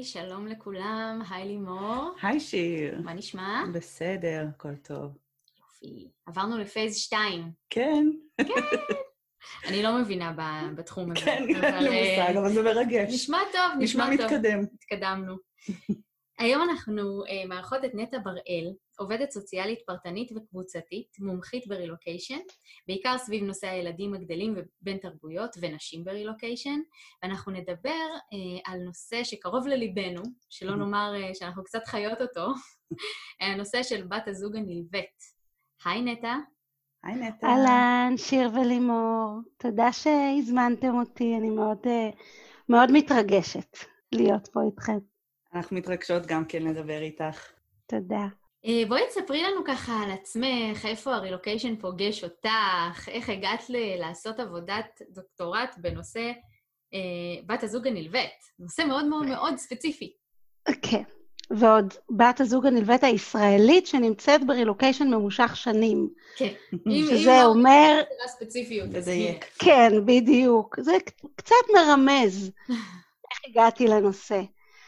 שלום לכולם, היי לימור. היי שיר. מה נשמע? בסדר, הכל טוב. יופי. עברנו לפייז 2. כן. כן. אני לא מבינה בתחום הזה. כן, אין לי מושג, אבל זה מרגש. נשמע טוב, נשמע מתקדם. התקדמנו. היום אנחנו מארחות את נטע בראל, עובדת סוציאלית פרטנית וקבוצתית, מומחית ברילוקיישן, בעיקר סביב נושא הילדים הגדלים ובין תרבויות ונשים ברילוקיישן, ואנחנו נדבר על נושא שקרוב לליבנו, שלא נאמר שאנחנו קצת חיות אותו, הנושא של בת הזוג הנלווית. היי נטע. היי נטע. אהלן, שיר ולימור. תודה שהזמנתם אותי, אני מאוד מתרגשת להיות פה איתכם. אנחנו מתרגשות גם כן לדבר איתך. תודה. בואי תספרי לנו ככה על עצמך, איפה הרילוקיישן פוגש אותך, איך הגעת לעשות עבודת דוקטורט בנושא בת הזוג הנלווית. נושא מאוד מאוד מאוד ספציפי. כן, ועוד בת הזוג הנלווית הישראלית שנמצאת ברילוקיישן ממושך שנים. כן. שזה אומר... ספציפיות. לדייק. כן, בדיוק. זה קצת מרמז איך הגעתי לנושא.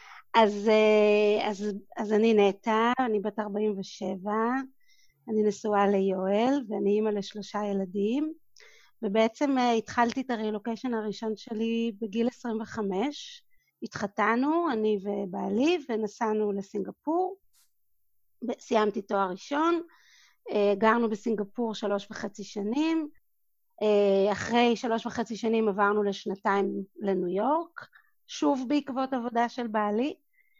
אז אני נטע, אני בת 47, אני נשואה ליואל, ואני אימא ל3 ילדים, ובעצם התחלתי את הרילוקיישן הראשון שלי בגיל 25, התחתנו, אני ובעלי, ונסענו לסינגפור, סיימתי תואר ראשון, גרנו בסינגפור 3.5 שנים, אחרי 3.5 שנים עברנו לשנתיים לניו יורק, שוב בעקבות עבודה של בעלי,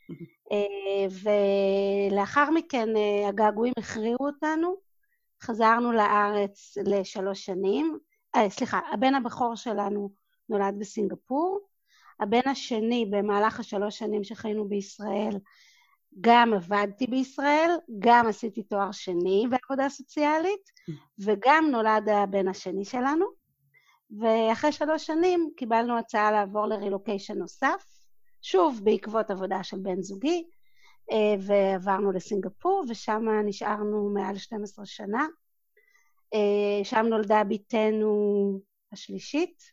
ולאחר מכן הגעגועים הכריעו אותנו, חזרנו לארץ ל3 שנים, הבן הבכור שלנו נולד בסינגפור, הבן השני במהלך 3 שנים שחיינו בישראל, גם עבדתי בישראל, גם עשיתי תואר שני בעבודה סוציאלית, וגם נולד הבן השני שלנו, ואחרי 3 שנים קיבלנו הצעה לעבור לרילוקיישן נוסף, שוב בעקבות עבודה של בן זוגי, ועברנו לסינגפור, ושם נשארנו מעל 12 שנה. שם נולדה ביתנו השלישית,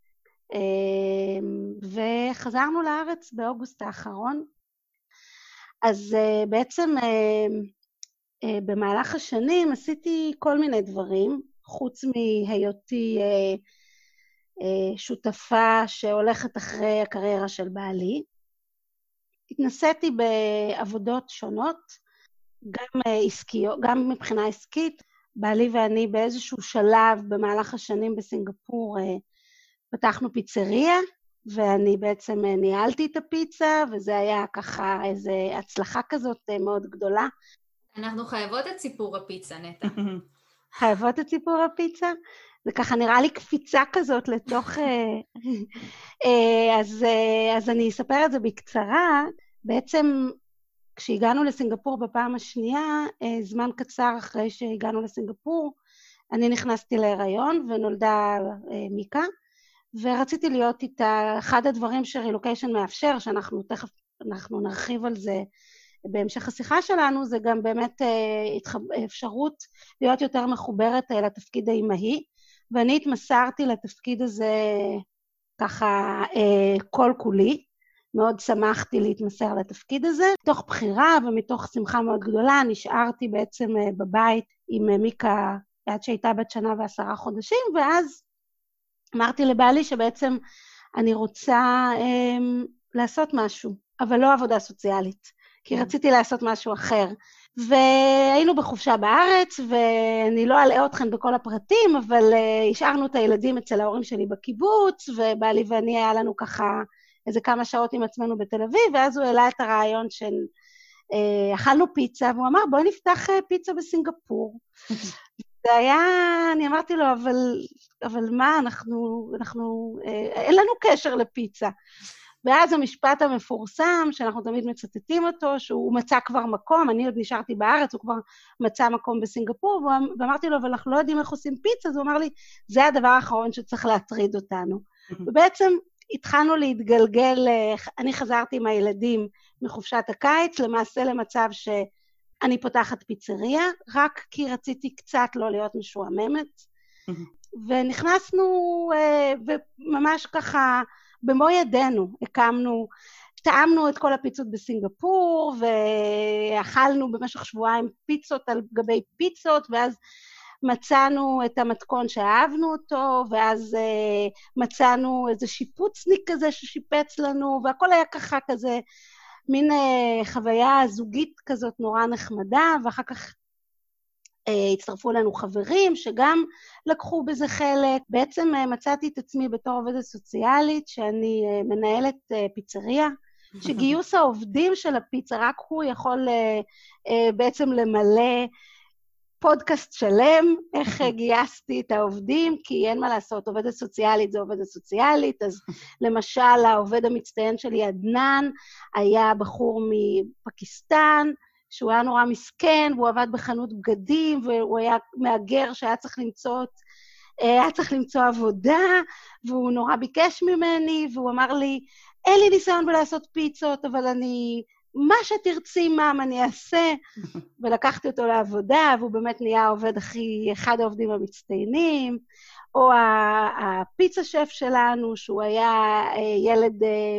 וחזרנו לארץ באוגוסט האחרון. אז בעצם במהלך השנים עשיתי כל מיני דברים, חוץ מהיותי שותפה שהולכת אחרי הקריירה של בעלי. התנסיתי בעבודות שונות, גם עסקיות, גם מבחינה עסקית. בעלי ואני באיזשהו שלב במהלך השנים בסינגפור פתחנו פיצריה, ואני בעצם ניהלתי את הפיצה, וזה היה ככה איזו הצלחה כזאת מאוד גדולה. אנחנו חייבות את סיפור הפיצה, נטע. חייבות את סיפור הפיצה? זה ככה נראה לי קפיצה כזאת לתוך... אז אני אספר את זה בקצרה. בעצם כשהגענו לסינגפור בפעם השנייה, זמן קצר אחרי שהגענו לסינגפור, אני נכנסתי להיריון ונולדה מיקה, ורציתי להיות איתה. אחד הדברים שרילוקיישן מאפשר, שאנחנו תכף נרחיב על זה בהמשך השיחה שלנו, זה גם באמת אפשרות להיות יותר מחוברת לתפקיד האימהי, ואני התמסרתי לתפקיד הזה ככה כל כולי, מאוד שמחתי להתמסר לתפקיד הזה, מתוך בחירה ומתוך שמחה מאוד גדולה, נשארתי בעצם בבית עם מיקה עד שהייתה בת 1 ו10 חודשים, ואז אמרתי לבעלי שבעצם אני רוצה לעשות משהו, אבל לא עבודה סוציאלית, כי רציתי לעשות משהו אחר. והיינו בחופשה בארץ, ואני לא אלאה אתכם בכל הפרטים, אבל השארנו את הילדים אצל ההורים שלי בקיבוץ, ובעלי ואני היה לנו ככה איזה כמה שעות עם עצמנו בתל אביב, ואז הוא העלה את הרעיון של אכלנו פיצה, והוא אמר בואי נפתח פיצה בסינגפור. זה היה, אני אמרתי לו, אבל מה, אנחנו אין לנו קשר לפיצה. ואז המשפט המפורסם, שאנחנו תמיד מצטטים אותו, שהוא מצא כבר מקום, אני עוד נשארתי בארץ, הוא כבר מצא מקום בסינגפור, ואמרתי לו, אבל אנחנו לא יודעים איך עושים פיצה, אז הוא אמר לי, זה הדבר האחרון שצריך להטריד אותנו. ובעצם התחלנו להתגלגל, אני חזרתי עם הילדים מחופשת הקיץ, למעשה למצב שאני פותחת פיצריה, רק כי רציתי קצת לא להיות משועממת, ונכנסנו, וממש ככה, במו ידינו הקמנו טעמנו את כל הפיצות בסינגפור, ואכלנו במשך שבועיים פיצות על גבי פיצות, ואז מצאנו את המתכון שאהבנו אותו, ואז מצאנו איזה שיפוצניק כזה ששיפץ לנו, והכל היה ככה כזה, מין חוויה זוגית כזאת נורא נחמדה, ואחר כך הצטרפו לנו חברים שגם לקחו בזה חלק. בעצם מצאתי את עצמי בתור עובדת סוציאלית, שאני מנהלת פיצריה, שגיוס העובדים של הפיצה, רק הוא יכול בעצם למלא פודקאסט שלם, איך גייסתי את העובדים, כי אין מה לעשות, עובדת סוציאלית זה עובדת סוציאלית, אז למשל העובד המצטיין שלי, עדנן, היה בחור מפקיסטן, שהוא היה נורא מסכן, והוא עבד בחנות בגדים, והוא היה מאגר שהיה צריך למצוא עבודה, והוא נורא ביקש ממני, והוא אמר לי, אין לי ניסיון בלעשות פיצות, אבל מה שתרצי מאם אני אעשה, ולקחתי אותו לעבודה, והוא באמת נהיה אחד העובדים המצטיינים, או הפיצה שף שלנו, שהוא היה ילד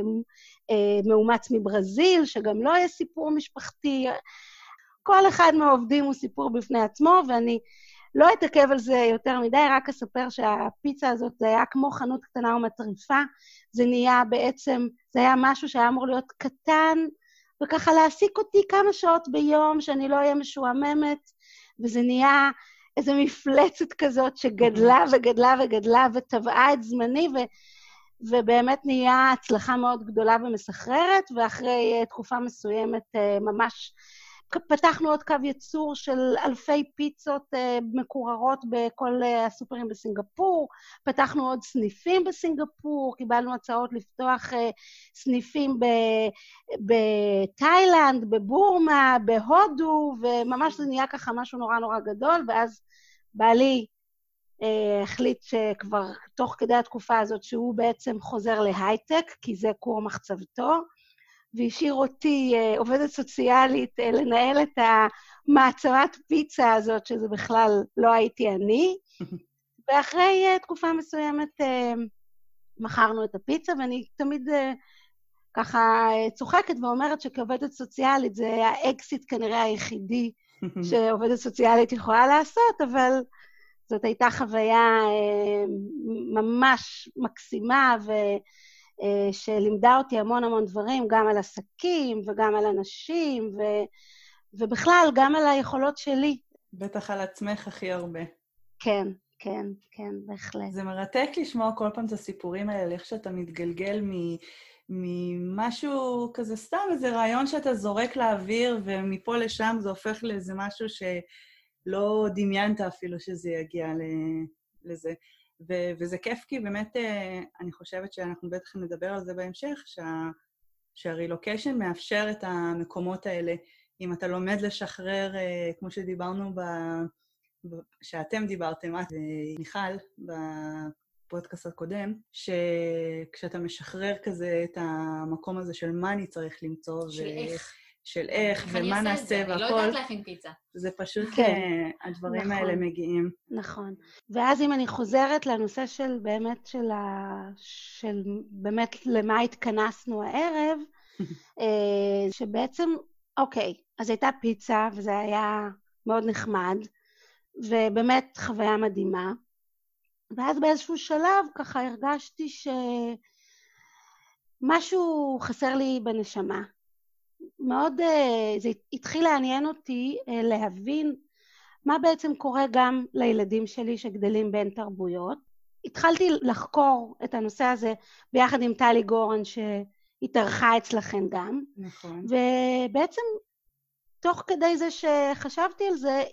מאומץ מברזיל, שגם לא היה סיפור משפחתי. כל אחד מהעובדים הוא סיפור בפני עצמו, ואני לא אתעכב על זה יותר מדי, רק אספר שהפיצה הזאת זה היה כמו חנות קטנה ומטריפה, זה נהיה בעצם, זה היה משהו שהיה אמור להיות קטן, וככה להעסיק אותי כמה שעות ביום, שאני לא אהיה משועממת, וזה נהיה איזו מפלצת כזאת שגדלה וגדלה וגדלה, וטבעה את זמני, ובאמת נהיה הצלחה מאוד גדולה ומסחררת, ואחרי תקופה מסוימת ממש פתחנו עוד קו ייצור של אלפי פיצות מקוררות בכל הסופרים בסינגפור, פתחנו עוד סניפים בסינגפור, קיבלנו הצעות לפתוח סניפים בתאילנד, בבורמה, בהודו, וממש זה נהיה ככה משהו נורא נורא גדול, ואז בעלי החליט שכבר תוך כדי התקופה הזאת שהוא בעצם חוזר להייטק, כי זה קור מחצבתו, והשאיר אותי עובדת סוציאלית לנהל את המעצמת פיצה הזאת, שזה בכלל לא הייתי אני. ואחרי תקופה מסוימת מכרנו את הפיצה, ואני תמיד ככה צוחקת ואומרת שכעובדת סוציאלית זה האקסיט כנראה היחידי שעובדת סוציאלית יכולה לעשות, אבל זאת הייתה חוויה ממש מקסימה שלימדה אותי המון המון דברים, גם על עסקים וגם על אנשים, ובכלל גם על היכולות שלי. בטח על עצמך הכי הרבה. כן, כן, כן, בהחלט. זה מרתק לשמוע כל פעם את הסיפורים האלה, איך שאתה מתגלגל ממשהו כזה סתם, איזה רעיון שאתה זורק לאוויר, ומפה לשם זה הופך לאיזה משהו שלא דמיינת אפילו שזה יגיע לזה. וזה כיף, כי באמת אני חושבת שאנחנו בטח נדבר על זה בהמשך, שהרילוקיישן מאפשר את המקומות האלה. אם אתה לומד לשחרר, כמו שדיברנו, שאתם דיברתם, את ומיכל, בפודקאסט הקודם, שכשאתה משחרר כזה את המקום הזה של מה אני צריך למצוא, של איך ומה נעשה והכל. אני לא יודעת להכין פיצה. זה פשוט, הדברים האלה מגיעים. נכון. ואז אם אני חוזרת לנושא של באמת, של באמת למה התכנסנו הערב, שבעצם, אוקיי, אז הייתה פיצה, וזה היה מאוד נחמד, ובאמת חוויה מדהימה. ואז באיזשהו שלב ככה הרגשתי שמשהו חסר לי בנשמה. מאוד, זה התחיל לעניין אותי להבין מה בעצם קורה גם לילדים שלי שגדלים בין תרבויות. התחלתי לחקור את הנושא הזה ביחד עם טלי גורן שהתארחה אצלכם גם. נכון. ובעצם תוך כדי זה שחשבתי על זה,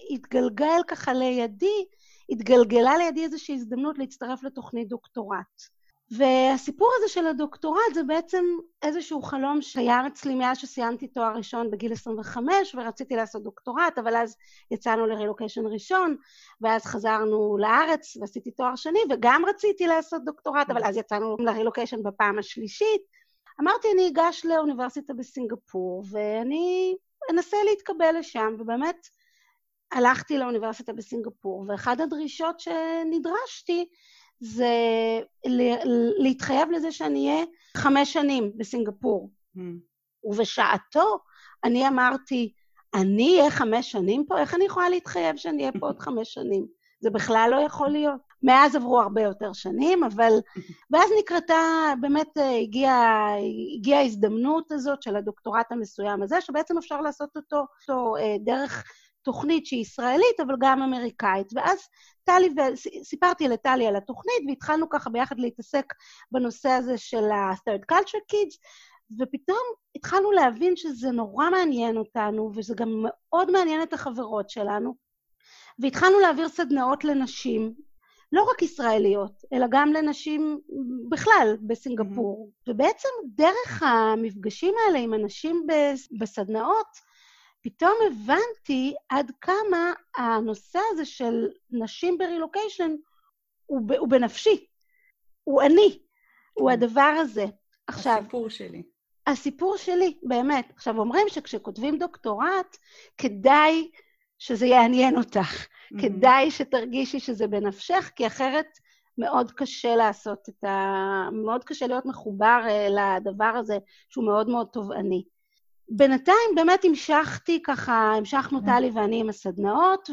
התגלגלה לידי איזושהי הזדמנות להצטרף לתוכנית דוקטורט. והסיפור הזה של הדוקטורט זה בעצם איזשהו חלום שהיה אצלי מאז שסיימתי תואר ראשון בגיל 25, ורציתי לעשות דוקטורט, אבל אז יצאנו לרילוקיישן ראשון, ואז חזרנו לארץ ועשיתי תואר שני, וגם רציתי לעשות דוקטורט, אבל אז יצאנו לרילוקיישן בפעם השלישית. אמרתי, אני אגש לאוניברסיטה בסינגפור, ואני אנסה להתקבל לשם, ובאמת הלכתי לאוניברסיטה בסינגפור, ואחת הדרישות שנדרשתי, זה להתחייב לזה שאני אהיה 5 שנים בסינגפור. ובשעתו אני אמרתי, אני אהיה 5 שנים פה? איך אני יכולה להתחייב שאני אהיה פה עוד 5 שנים? זה בכלל לא יכול להיות. מאז עברו הרבה יותר שנים, אבל... ואז נקראתה, באמת הגיעה ההזדמנות הזאת של הדוקטורט המסוים הזה, שבעצם אפשר לעשות אותו דרך תוכנית שהיא ישראלית, אבל גם אמריקאית. ואז סיפרתי לטלי על התוכנית, והתחלנו ככה ביחד להתעסק בנושא הזה של ה-Third Culture Kids, ופתאום התחלנו להבין שזה נורא מעניין אותנו, וזה גם מאוד מעניין את החברות שלנו, והתחלנו להעביר סדנאות לנשים, לא רק ישראליות, אלא גם לנשים בכלל בסינגפור. ובעצם דרך המפגשים האלה עם אנשים בסדנאות, פתאום הבנתי עד כמה הנושא הזה של נשים ברילוקיישן הוא בנפשי, הוא אני, הוא הדבר הזה. עכשיו, הסיפור שלי. הסיפור שלי, באמת. עכשיו, אומרים שכשכותבים דוקטורט, כדאי שזה יעניין אותך. כדאי שתרגישי שזה בנפשך, כי אחרת מאוד קשה לעשות מאוד קשה להיות מחובר לדבר הזה, שהוא מאוד מאוד תובעני. בינתיים באמת המשכנו טלי ואני עם הסדנאות,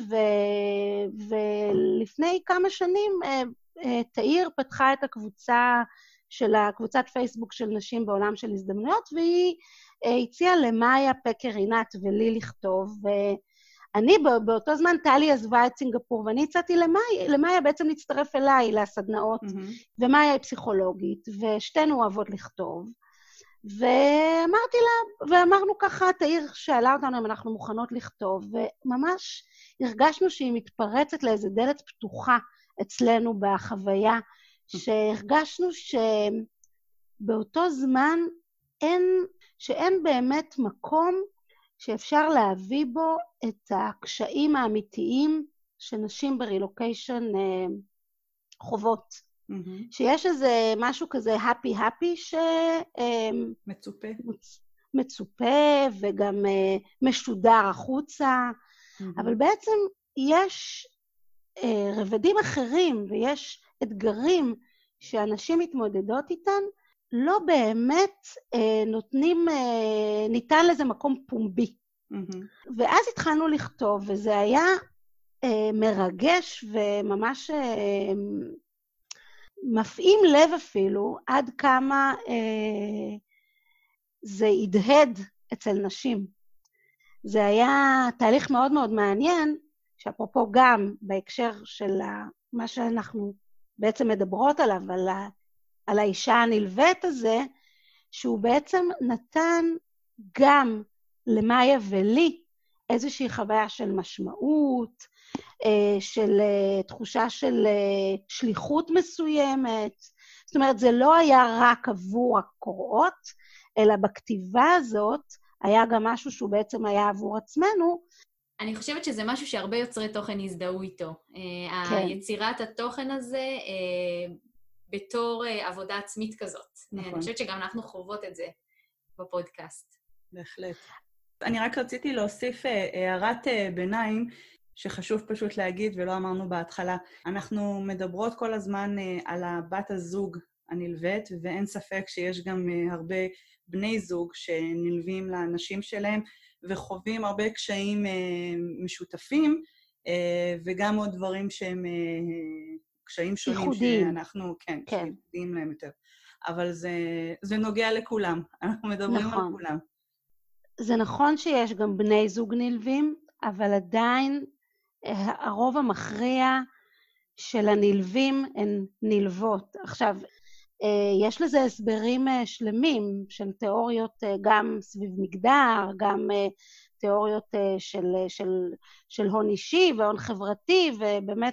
ולפני כמה שנים תאיר פתחה את קבוצת פייסבוק של נשים בעולם של הזדמנויות, והיא הציעה למאיה פקר רינת ולי לכתוב, ואני באותו זמן טלי עזבה את סינגפור, ואני הצעתי למאיה בעצם להצטרף אליי לסדנאות, ומאיה היא פסיכולוגית, ושתינו אוהבות לכתוב, ואמרתי לה, ואמרנו ככה, תאיר שאלה אותנו אם אנחנו מוכנות לכתוב, וממש הרגשנו שהיא מתפרצת לאיזו דלת פתוחה אצלנו בחוויה, שהרגשנו שבאותו זמן שאין באמת מקום שאפשר להביא בו את הקשיים האמיתיים שנשים ברילוקיישן חוות. שיש איזה משהו כזה happy מצופה וגם משודר החוצה, אבל בעצם יש רבדים אחרים ויש אתגרים שאנשים מתמודדות איתן, לא באמת ניתן לזה מקום פומבי. ואז התחלנו לכתוב, וזה היה מרגש וממש מפעים לב אפילו, עד כמה זה הדהד אצל נשים. זה היה תהליך מאוד מאוד מעניין, שאפרופו גם בהקשר של מה שאנחנו בעצם מדברות עליו, על האישה הנלווית הזה, שהוא בעצם נתן גם למאיה ולי איזושהי חוויה של משמעות, של תחושה של שליחות מסוימת. זאת אומרת, זה לא היה רק עבור הקוראות, אלא בכתיבה הזאת היה גם משהו שהוא בעצם היה עבור עצמנו. אני חושבת שזה משהו שהרבה יוצרי תוכן הזדהו איתו. כן. יצירת התוכן הזה בתור עבודה עצמית כזאת. נכון. אני חושבת שגם אנחנו חוות את זה בפודקאסט. בהחלט. אני רק רציתי להוסיף הערת ביניים, שחשוב פשוט להגיד ולא אמרנו בהתחלה. אנחנו מדברות כל הזמן על הבת הזוג הנלווית, ואין ספק שיש גם הרבה בני זוג שנלווים לאנשים שלהם, וחווים הרבה קשיים משותפים, וגם עוד דברים שהם קשיים שונים ייחודיים. שאנחנו, כן, שיודעים להם יותר. אבל זה נוגע לכולם, אנחנו מדברים נכון. על כולם. זה נכון שיש גם בני זוג נלווים, אבל עדיין הרוב המכריע של הנלווים הן נלוות. עכשיו, יש לזה הסברים שלמים של תיאוריות גם סביב מגדר, גם תיאוריות של הון אישי והון חברתי, ובאמת,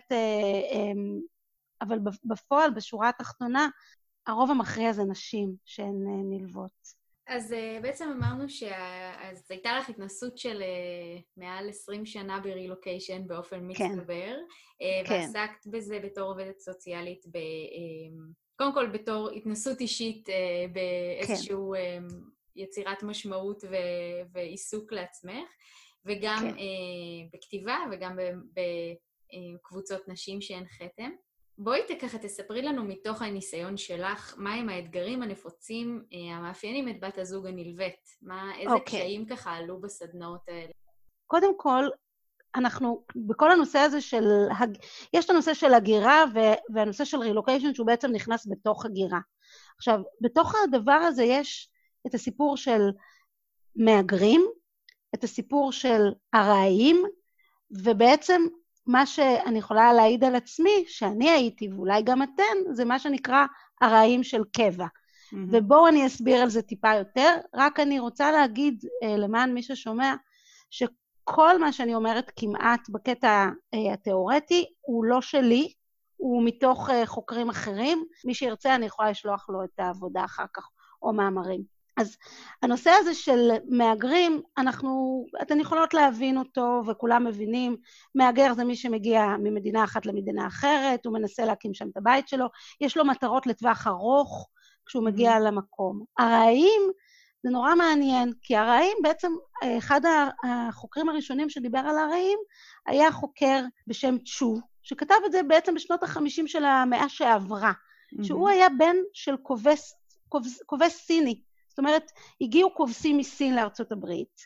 אבל בפועל, בשורה התחתונה, הרוב המכריע זה נשים שהן נלוות. אז בעצם אמרנו אז הייתה לך התנסות של מעל 20 שנה ברילוקיישן באופן מצטבר, ועסקת בזה בתור עובדת סוציאלית, קודם כל בתור התנסות אישית באיזשהו יצירת משמעות ועיסוק לעצמך, וגם בכתיבה וגם בקבוצות נשים שהנחתם. בואי ככה תספרי לנו מתוך הניסיון שלך, מהם האתגרים הנפוצים המאפיינים את בת הזוג הנלווית? איזה קשיים ככה עלו בסדנאות האלה? קודם כל, אנחנו, בכל הנושא הזה יש את הנושא של הגירה והנושא של רילוקיישן שהוא בעצם נכנס בתוך הגירה. עכשיו, בתוך הדבר הזה יש את הסיפור של מהגרים, את הסיפור של ארעיים, ובעצם מה שאני יכולה להעיד על עצמי, שאני הייתי ואולי גם אתן, זה מה שנקרא ארעיים של קבע. ובואו אני אסביר על זה טיפה יותר, רק אני רוצה להגיד למען מי ששומע, כל מה שאני אומרת כמעט בקטע התיאורטי הוא לא שלי, הוא מתוך חוקרים אחרים, מי שירצה אני יכולה לשלוח לו את העבודה אחר כך או מאמרים. אז הנושא הזה של מהגרים, אתן יכולות להבין אותו וכולם מבינים, מהגר זה מי שמגיע ממדינה אחת למדינה אחרת, הוא מנסה להקים שם את הבית שלו, יש לו מטרות לטווח ארוך כשהוא מגיע למקום. ארעיים, זה נורא מעניין, כי הרעים בעצם, אחד החוקרים הראשונים שדיבר על הרעים, היה חוקר בשם צ'ו, שכתב את זה בעצם בשנות ה-50 של המאה שעברה, שהוא היה בן של כובש סיני, זאת אומרת, הגיעו כובסים מסין לארצות הברית,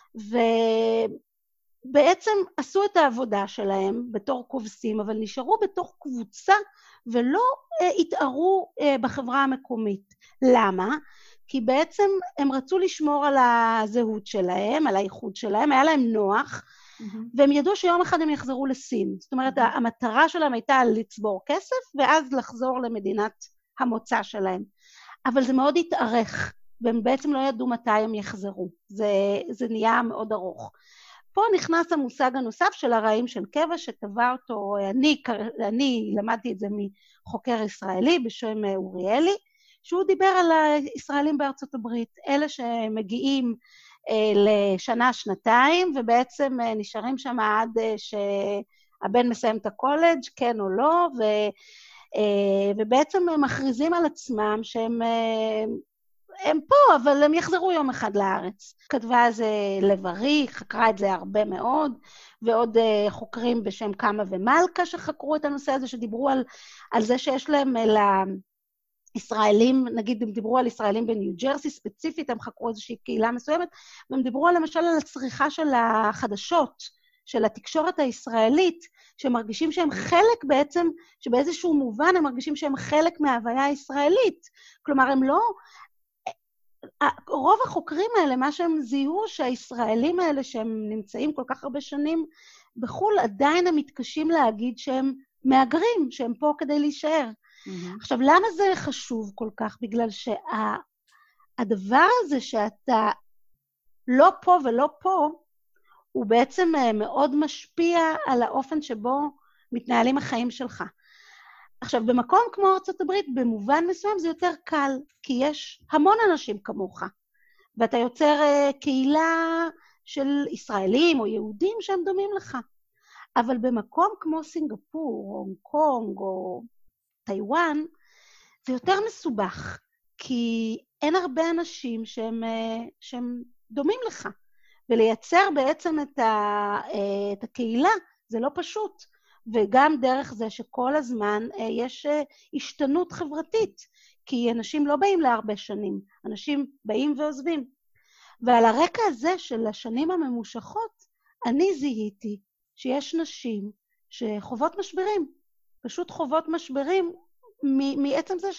ובעצם עשו את העבודה שלהם בתור כובסים, אבל נשארו בתוך קבוצה, ולא התארו בחברה המקומית. למה? כי בעצם הם רצו לשמור על הזהות שלהם, על הייחוד שלהם, היה להם נוח, והם ידעו שיום אחד הם יחזרו לסין. זאת אומרת, המטרה שלהם הייתה לצבור כסף, ואז לחזור למדינת המוצא שלהם. אבל זה מאוד התארך, והם בעצם לא ידעו מתי הם יחזרו. זה נהיה מאוד ארוך. פה נכנס המושג הנוסף של הרעים של קבע, שטבע אותו, אני למדתי את זה מחוקר ישראלי בשם אוריאלי, שהוא דיבר על הישראלים בארצות הברית, אלה שמגיעים לשנה, שנתיים, ובעצם נשארים שם עד שהבן מסיים את הקולג', כן או לא, ובעצם הם מכריזים על עצמם שהם פה, אבל הם יחזרו יום אחד לארץ. כתבה זה לב-ארי, חקרה את זה הרבה מאוד, ועוד חוקרים בשם קמה ומלכה שחקרו את הנושא הזה, שדיברו על זה שיש להם ישראלים, נגיד הם דיברו על ישראלים בניו ג'רסי ספציפית, הם חקרו איזושהי קהילה מסוימת, והם דיברו למשל על הצריכה של החדשות, של התקשורת הישראלית, שמרגישים שהם חלק בעצם, שבאיזשהו מובן הם מרגישים שהם חלק מההוויה הישראלית. כלומר, הם לא... רוב החוקרים האלה, מה שהם זיהו, שהישראלים האלה שהם נמצאים כל כך הרבה שנים בחול, עדיין הם מתקשים להגיד שהם מהגרים, שהם פה כדי להישאר. עכשיו, למה זה חשוב כל כך? בגלל שהדבר הזה שאתה לא פה ולא פה, הוא בעצם מאוד משפיע על האופן שבו מתנהלים החיים שלך. עכשיו, במקום כמו ארצות הברית, במובן מסוים זה יותר קל, כי יש המון אנשים כמוך, ואתה יוצר קהילה של ישראלים או יהודים שהם דומים לך. אבל במקום כמו סינגפור, הונג קונג או טיואן, זה יותר מסובך, כי אין הרבה אנשים שהם דומים לך, ולייצר בעצם את הקהילה זה לא פשוט, וגם דרך זה שכל הזמן יש השתנות חברתית, כי אנשים לא באים להרבה שנים, אנשים באים ועוזבים. ועל הרקע הזה של השנים הממושכות, אני זיהיתי שיש נשים שחוות משברים, פשוט חוות משברים מעצם זה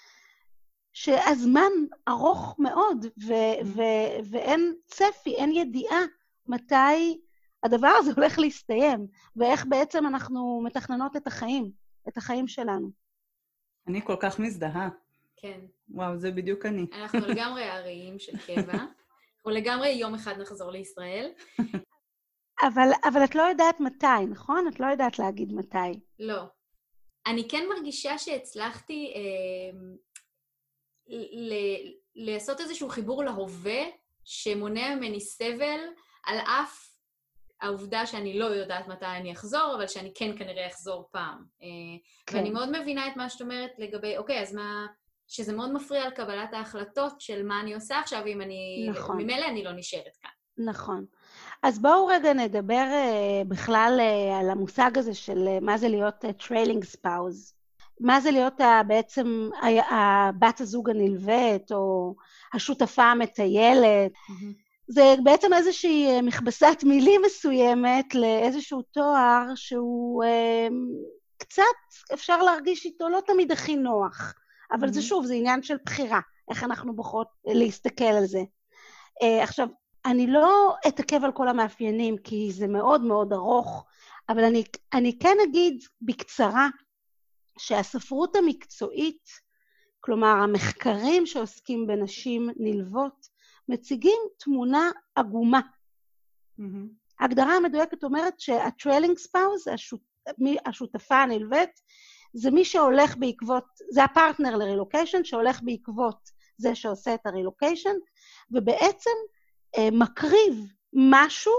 שהזמן ארוך מאוד, ואין צפי, אין ידיעה מתי הדבר הזה הולך להסתיים, ואיך בעצם אנחנו מתכננות את החיים שלנו. אני כל כך מזדהה. כן. וואו, זה בדיוק אני. אנחנו לגמרי ארעיים של קבע, אנחנו לגמרי יום אחד נחזור לישראל. אבל את לא יודעת מתי, נכון? את לא יודעת להגיד מתי. לא. אני כן מרגישה שהצלחתי לעשות איזשהו חיבור להווה, שמונע ממני סבל, על אף העובדה שאני לא יודעת מתי אני אחזור, אבל שאני כן כנראה אחזור פעם. כן. ואני מאוד מבינה את מה שאת אומרת לגבי, אוקיי, אז מה, שזה מאוד מפריע על קבלת ההחלטות של מה אני עושה עכשיו, אם אני, נכון. ממילא אני לא נשארת כאן. נכון. אז בואו רגע נדבר בכלל על המושג הזה של מה זה להיות טריילינג ספאוז. מה זה להיות בעצם הבת הזוג הנלווית, או השותפה המטיילת. זה בעצם איזושהי מכבסת מילים מסוימת לאיזשהו תואר שהוא קצת אפשר להרגיש איתו לא תמיד הכי נוח. אבל זה שוב, זה עניין של בחירה, איך אנחנו בוחרות להסתכל על זה. עכשיו, אני לא אתעכב על כל המאפיינים, כי זה מאוד מאוד ארוך, אבל אני כן אגיד בקצרה, שהספרות המקצועית, כלומר המחקרים שעוסקים בנשים נלוות, מציגים תמונה עגומה. ההגדרה המדויקת אומרת שה-trailing spouse, השותפה הנלווית, זה מי שהולך בעקבות, זה הפרטנר לרילוקיישן, שהולך בעקבות זה שעושה את הרילוקיישן, ובעצם מקריב משהו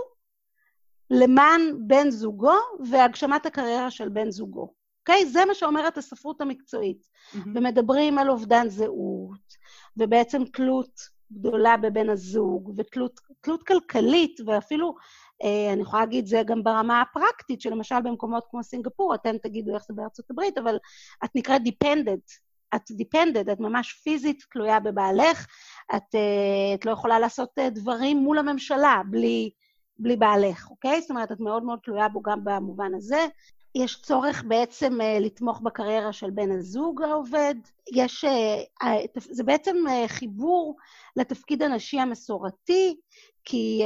למען בן זוגו והגשמת הקריירה של בן זוגו. אוקיי? זה מה שאומרת הספרות המקצועית. ומדברים על אובדן זהות, ובעצם תלות גדולה בבן הזוג, ותלות כלכלית, ואפילו, אני יכולה להגיד זה גם ברמה הפרקטית, שלמשל במקומות כמו סינגפור, אתם תגידו איך זה בארצות הברית, אבל את נקראת dependent, את ממש פיזית תלויה בבעלך, את לא יכולה לעשות דברים מול הממשלה, בלי בעלך, אוקיי? זאת אומרת, את מאוד מאוד תלויה בו גם במובן הזה. יש צורך בעצם לתמוך בקריירה של בן הזוג העובד. זה בעצם חיבור לתפקיד הנשי המסורתי, כי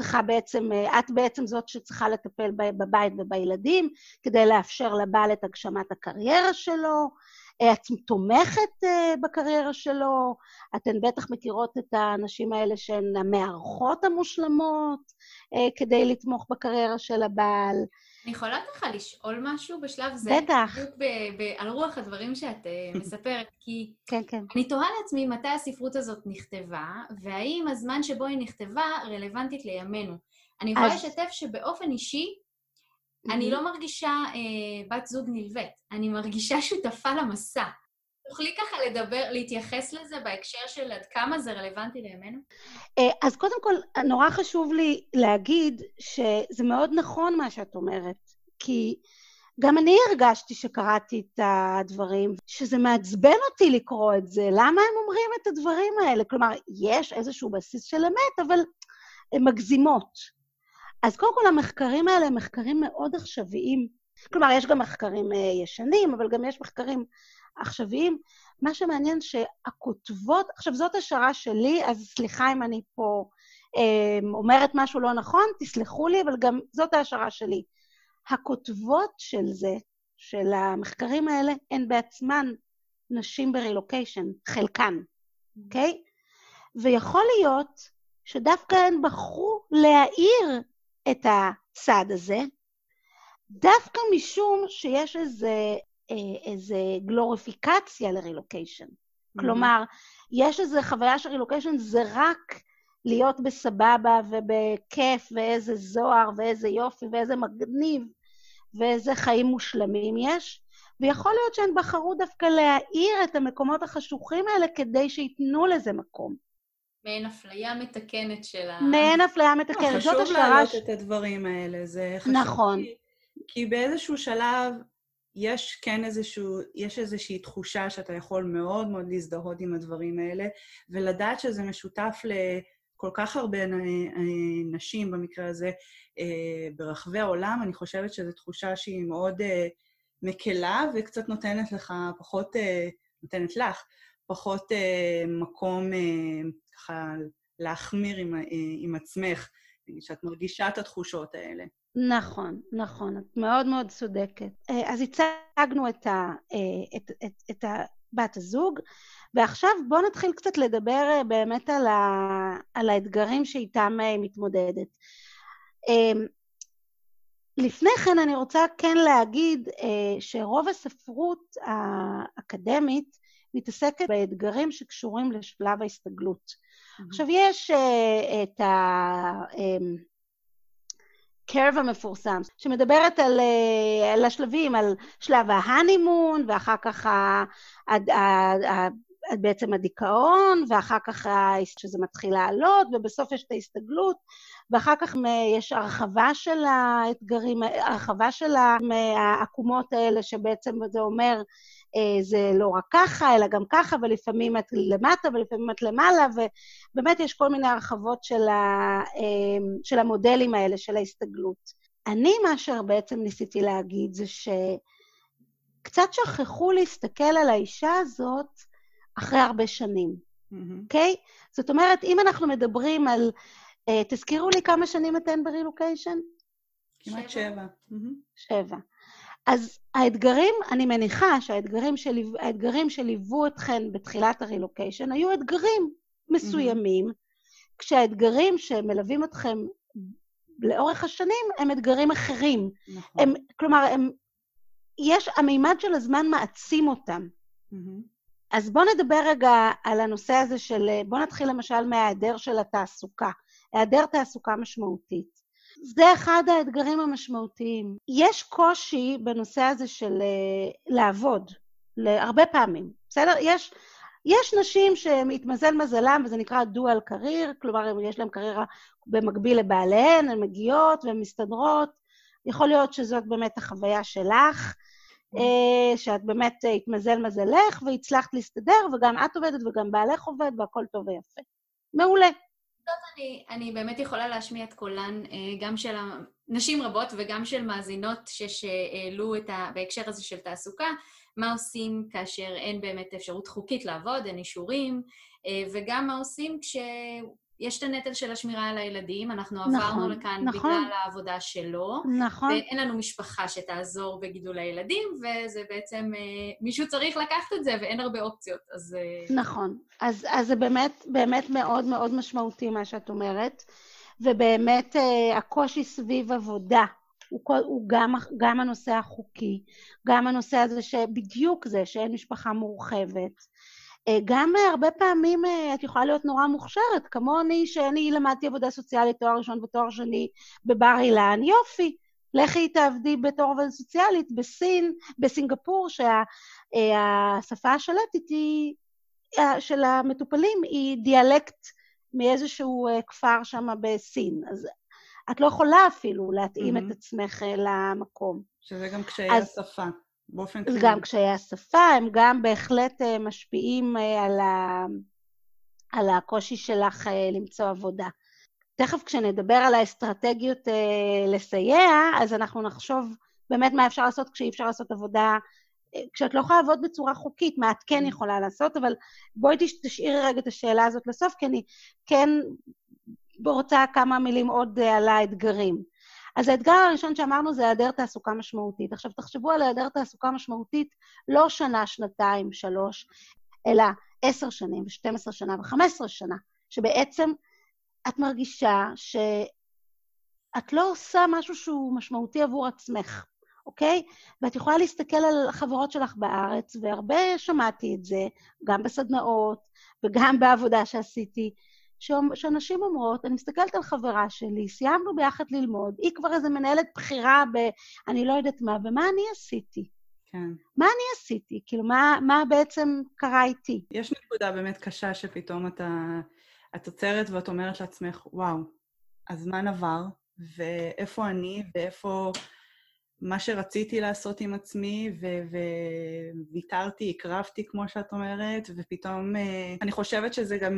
את בעצם זאת שצריכה לטפל בבית ובילדים, כדי לאפשר לבעל את הגשמת הקריירה שלו. את תומכת בקריירה שלו, אתן בטח מכירות את האנשים האלה שהן המערכות המושלמות, כדי לתמוך בקריירה של הבעל. אני יכולה ככה לשאול משהו בשלב זה? בטח. בדיוק על רוח הדברים שאת מספרת, כי כן, כן. אני תוהה לעצמי מתי הספרות הזאת נכתבה, והאם הזמן שבו היא נכתבה רלוונטית לימינו. אני יכולה לשתף שבאופן אישי, אני לא מרגישה בת זוג נלווית, אני מרגישה שותפה למסע. תוכלי ככה להתייחס לזה בהקשר של עד כמה זה רלוונטי לימינו? אז קודם כל, נורא חשוב לי להגיד שזה מאוד נכון מה שאת אומרת, כי גם אני הרגשתי שקראתי את הדברים, שזה מעצבן אותי לקרוא את זה, למה הם אומרים את הדברים האלה? כלומר, יש איזשהו בסיס של אמת, אבל הם מגזימות. אז קודם כל המחקרים האלה הם מחקרים מאוד עכשוויים, כלומר יש גם מחקרים ישנים, אבל גם יש מחקרים עכשוויים. מה שמעניין שהכותבות, עכשיו זאת השערה שלי, אז סליחה אם אני פה אומרת משהו לא נכון, תסלחו לי, אבל גם זאת השערה שלי. הכותבות של זה, של המחקרים האלה, הן בעצמן נשים ברילוקיישן, חלקן, אוקיי? ויכול להיות שדווקא הן בחרו להאיר את הצד הזה, דווקא משום שיש איזה גלוריפיקציה לרילוקיישן. כלומר, יש איזו חוויה של רילוקיישן, זה רק להיות בסבבה ובכיף, ואיזה זוהר, ואיזה יופי, ואיזה מגניב, ואיזה חיים מושלמים יש, ויכול להיות שהן בחרו דווקא להאיר את המקומות החשוכים האלה, כדי שיתנו לזה מקום. מעין אפליה מתקנת של מעין אפליה מתקנת. חשוב להעלות את הדברים האלה, זה חשוב. נכון. כי באיזשהו שלב יש כן איזושהי תחושה שאתה יכול מאוד מאוד להזדהות עם הדברים האלה, ולדעת שזה משותף לכל כך הרבה נשים במקרה הזה ברחבי העולם. אני חושבת שזו תחושה שהיא מאוד מקלה, וקצת נותנת לך נותנת לך פחות מקום ככה להחמיר עם עצמך, שאת מרגישה את התחושות האלה. נכון, נכון, את מאוד מאוד צודקת. אז הצגנו את בת הזוג, ועכשיו בואו נתחיל קצת לדבר באמת על האתגרים שאיתם מתמודדת. לפני כן אני רוצה כן להגיד שרוב הספרות האקדמית מתעסקת באתגרים שקשורים לשלב ההסתגלות. עכשיו יש את קרב המפורסם, שמדברת על השלבים, על שלב ההנימון, ואחר כך בעצם הדיכאון, ואחר כך שזה מתחיל לעלות, ובסוף יש את ההסתגלות, ואחר כך יש הרחבה של האתגרים, הרחבה של העקומות האלה, שבעצם זה אומר זה לא רק ככה, אלא גם ככה, ולפעמים את למטה ולפעמים את למעלה, ובאמת יש כל מיני הרחבות של המודלים האלה, של ההסתגלות. אני, מה שבעצם ניסיתי להגיד, זה שקצת שכחו להסתכל על האישה הזאת אחרי הרבה שנים, אוקיי? זאת אומרת, אם אנחנו מדברים על, תזכירו לי כמה שנים אתן ברילוקיישן? כמעט 7. 7. אז האתגרים, אני מניחה שהאתגרים שליוו אתכן בתחילת הרילוקיישן, היו אתגרים מסוימים, כשהאתגרים שמלווים אתכם לאורך השנים, הם אתגרים אחרים. נכון. כלומר, המימד של הזמן מעצים אותם. אז בואו נדבר רגע על הנושא הזה בואו נתחיל למשל מההיעדר של התעסוקה, היעדר תעסוקה משמעותית. זה אחד האתגרים המשמעותיים. יש קושי בנושא הזה של לעבוד, להרבה פעמים, בסדר? יש נשים שמתמזל מזלם, וזה נקרא דואל קרייר, כלומר, יש להם קריירה במקביל לבעליהן, הן מגיעות והן מסתדרות. יכול להיות שזאת באמת החוויה שלך, שאת באמת התמזל מזלך, והצלחת להסתדר, וגם את עובדת וגם בעלך עובד, והכל טוב ויפה. מעולה. אני באמת יכולה להשמיע את קולן, גם של נשים רבות וגם של מאזינות שהעלו בהקשר הזה של תעסוקה, מה עושים כאשר אין באמת אפשרות חוקית לעבוד, אין אישורים, וגם מה עושים כשיש את הנטל של השמירה על הילדים, אנחנו עברנו לכאן בגלל העבודה שלו, ואין לנו משפחה שתעזור בגידול הילדים, וזה בעצם, מישהו צריך לקחת את זה, ואין הרבה אופציות, אז... נכון, אז זה באמת מאוד מאוד משמעותי מה שאת אומרת, ובאמת הקושי סביב עבודה, הוא גם הנושא החוקי, גם הנושא הזה שבדיוק זה, שאין משפחה מורחבת, גם הרבה פעמים את יכולה להיות נורא מוכשרת, כמוני שאני למדתי עבודה סוציאלית, תואר ראשון ותואר שני בבר אילן, יופי, לכי תעבדי בתור עבודה סוציאלית בסינגפור, שהשפה השלטת של המטופלים היא דיאלקט מאיזשהו כפר שם בסין, אז את לא יכולה אפילו להתאים את עצמך למקום. שזה גם קשיי השפה, באופן כללי. גם קשיי השפה, הם גם בהחלט משפיעים על הקושי שלך למצוא עבודה. תכף כשנדבר על האסטרטגיות לסייע, אז אנחנו נחשוב באמת מה אפשר לעשות כשאי אפשר לעשות עבודה, כשאת לא יכולה לעבוד בצורה חוקית, מה את כן יכולה לעשות, אבל בואי תשאירי רגע את השאלה הזאת לסוף, כי אני כן רוצה כמה מילים עוד על האתגרים. אז האתגר הראשון שאמרנו זה היעדר תעסוקה משמעותית. עכשיו תחשבו על היעדר תעסוקה משמעותית לא שנה, שנתיים, 3, אלא 10 שנים ו12 שנה ו15 שנה, שבעצם את מרגישה שאת לא עושה משהו שהוא משמעותי עבור עצמך, אוקיי? ואת יכולה להסתכל על חברות שלך בארץ, והרבה שמעתי את זה, גם בסדנאות וגם בעבודה שעשיתי, שאנשים אומרות, אני מסתכלת על חברה שלי, סיימנו ביחד ללמוד, היא כבר איזה מנהלת בחירה אני לא יודעת מה, ומה אני עשיתי? כן. מה אני עשיתי? כאילו, מה בעצם קרה איתי? יש נקודה באמת קשה שפתאום את עוצרת ואת אומרת לעצמך, וואו, הזמן עבר, ואיפה אני, ואיפה מה שרציתי לעשות עם עצמי, וויתרתי, הקרבתי, כמו שאת אומרת, ופתאום אני חושבת שזה גם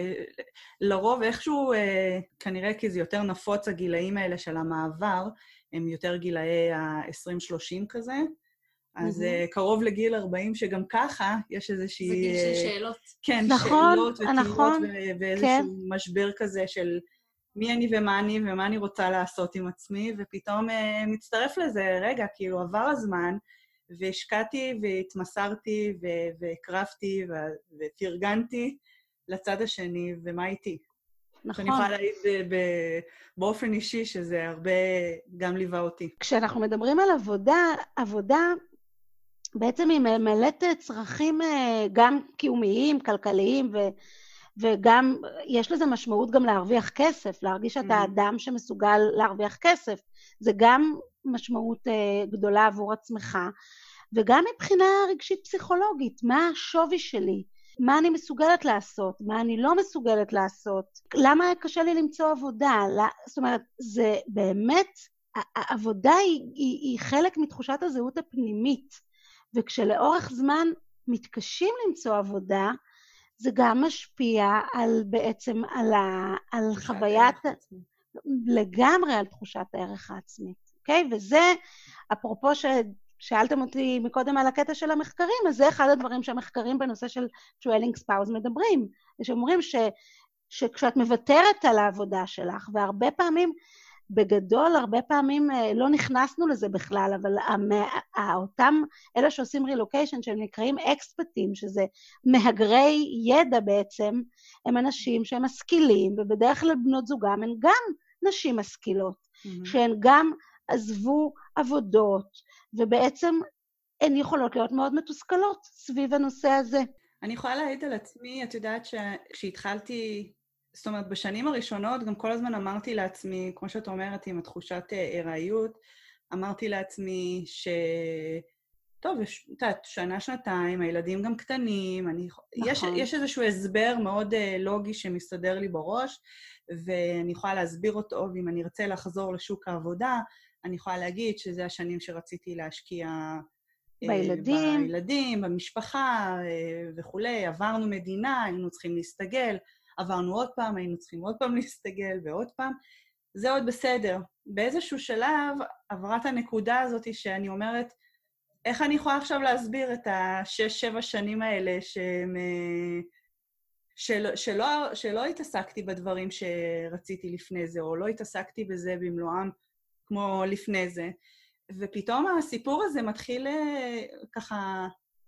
לרוב איכשהו, כנראה כי זה יותר נפוץ הגילאים האלה של המעבר, הם יותר גילאי ה-20-30 כזה, אז קרוב לגיל 40 שגם ככה יש איזושהי... זה גיל של שאלות. כן, נכון, שאלות ותהיות נכון, ואיזשהו כן. משבר כזה של מי אני ומה אני רוצה לעשות עם עצמי, ופתאום מצטרף לזה, רגע, כאילו עבר הזמן, והשקעתי והתמסרתי והקרבתי ותרגנתי לצד השני, ומה איתי? נכון. שאני יכולה להעיד באופן אישי שזה הרבה גם ליווה אותי. כשאנחנו מדברים על עבודה בעצם היא ממלאת צרכים גם קיומיים, כלכליים, וגם יש לזה משמעות גם להרוויח כסף, להרגיש שאתה אדם שמסוגל להרוויח כסף. זה גם משמעות גדולה עבור עצמך, וגם מבחינה רגשית פסיכולוגית, מה השווי שלי? מה אני מסוגלת לעשות? מה אני לא מסוגלת לעשות? למה קשה לי למצוא עבודה? זאת אומרת, זה באמת, העבודה היא חלק מתחושת הזהות הפנימית, וכשלאורך זמן מתקשים למצוא עבודה, זה גם משפיע על בעצם על חוויית, לגמרי על תחושת הערך העצמית, אוקיי? וזה, אפרופו ששאלתם אותי מקודם על הקטע של המחקרים, אז זה אחד הדברים שהמחקרים בנושא של trailing spouse מדברים, שאומרים שכשאת מוותרת על העבודה שלך, והרבה פעמים, בגדול, הרבה פעמים לא נכנסנו לזה בכלל, אבל אותם, אלה שעושים רילוקיישן, שהם נקראים אקספטים, שזה מהגרי ידע בעצם, הם אנשים שהם משכילים, ובדרך כלל בנות זוגם הן גם נשים משכילות, שהן גם עזבו עבודות, ובעצם הן יכולות להיות מאוד מתוסכלות סביב הנושא הזה. אני יכולה להעיד על עצמי, את יודעת שכשהתחלתי, זאת אומרת, בשנים הראשונות גם כל הזמן אמרתי לעצמי, כמו שאת אומרת, עם התחושת הראיות, אמרתי לעצמי טוב, שנה, שנתיים, הילדים גם קטנים, נכון. יש איזשהו הסבר מאוד לוגי שמסתדר לי בראש, ואני יכולה להסביר אותו, ואם אני ארצה לחזור לשוק העבודה, אני יכולה להגיד שזה השנים שרציתי להשקיע בילדים, במשפחה וכולי, עברנו מדינה, היינו צריכים להסתגל, עברנו עוד פעם, היינו צריכים עוד פעם להסתגל ועוד פעם, זה עוד בסדר. באיזשהו שלב עברת הנקודה הזאת שאני אומרת, איך אני יכולה עכשיו להסביר את 6-7 שנים האלה שלא התעסקתי בדברים שרציתי לפני זה, או לא התעסקתי בזה במלואם כמו לפני זה. ופתאום הסיפור הזה מתחיל ככה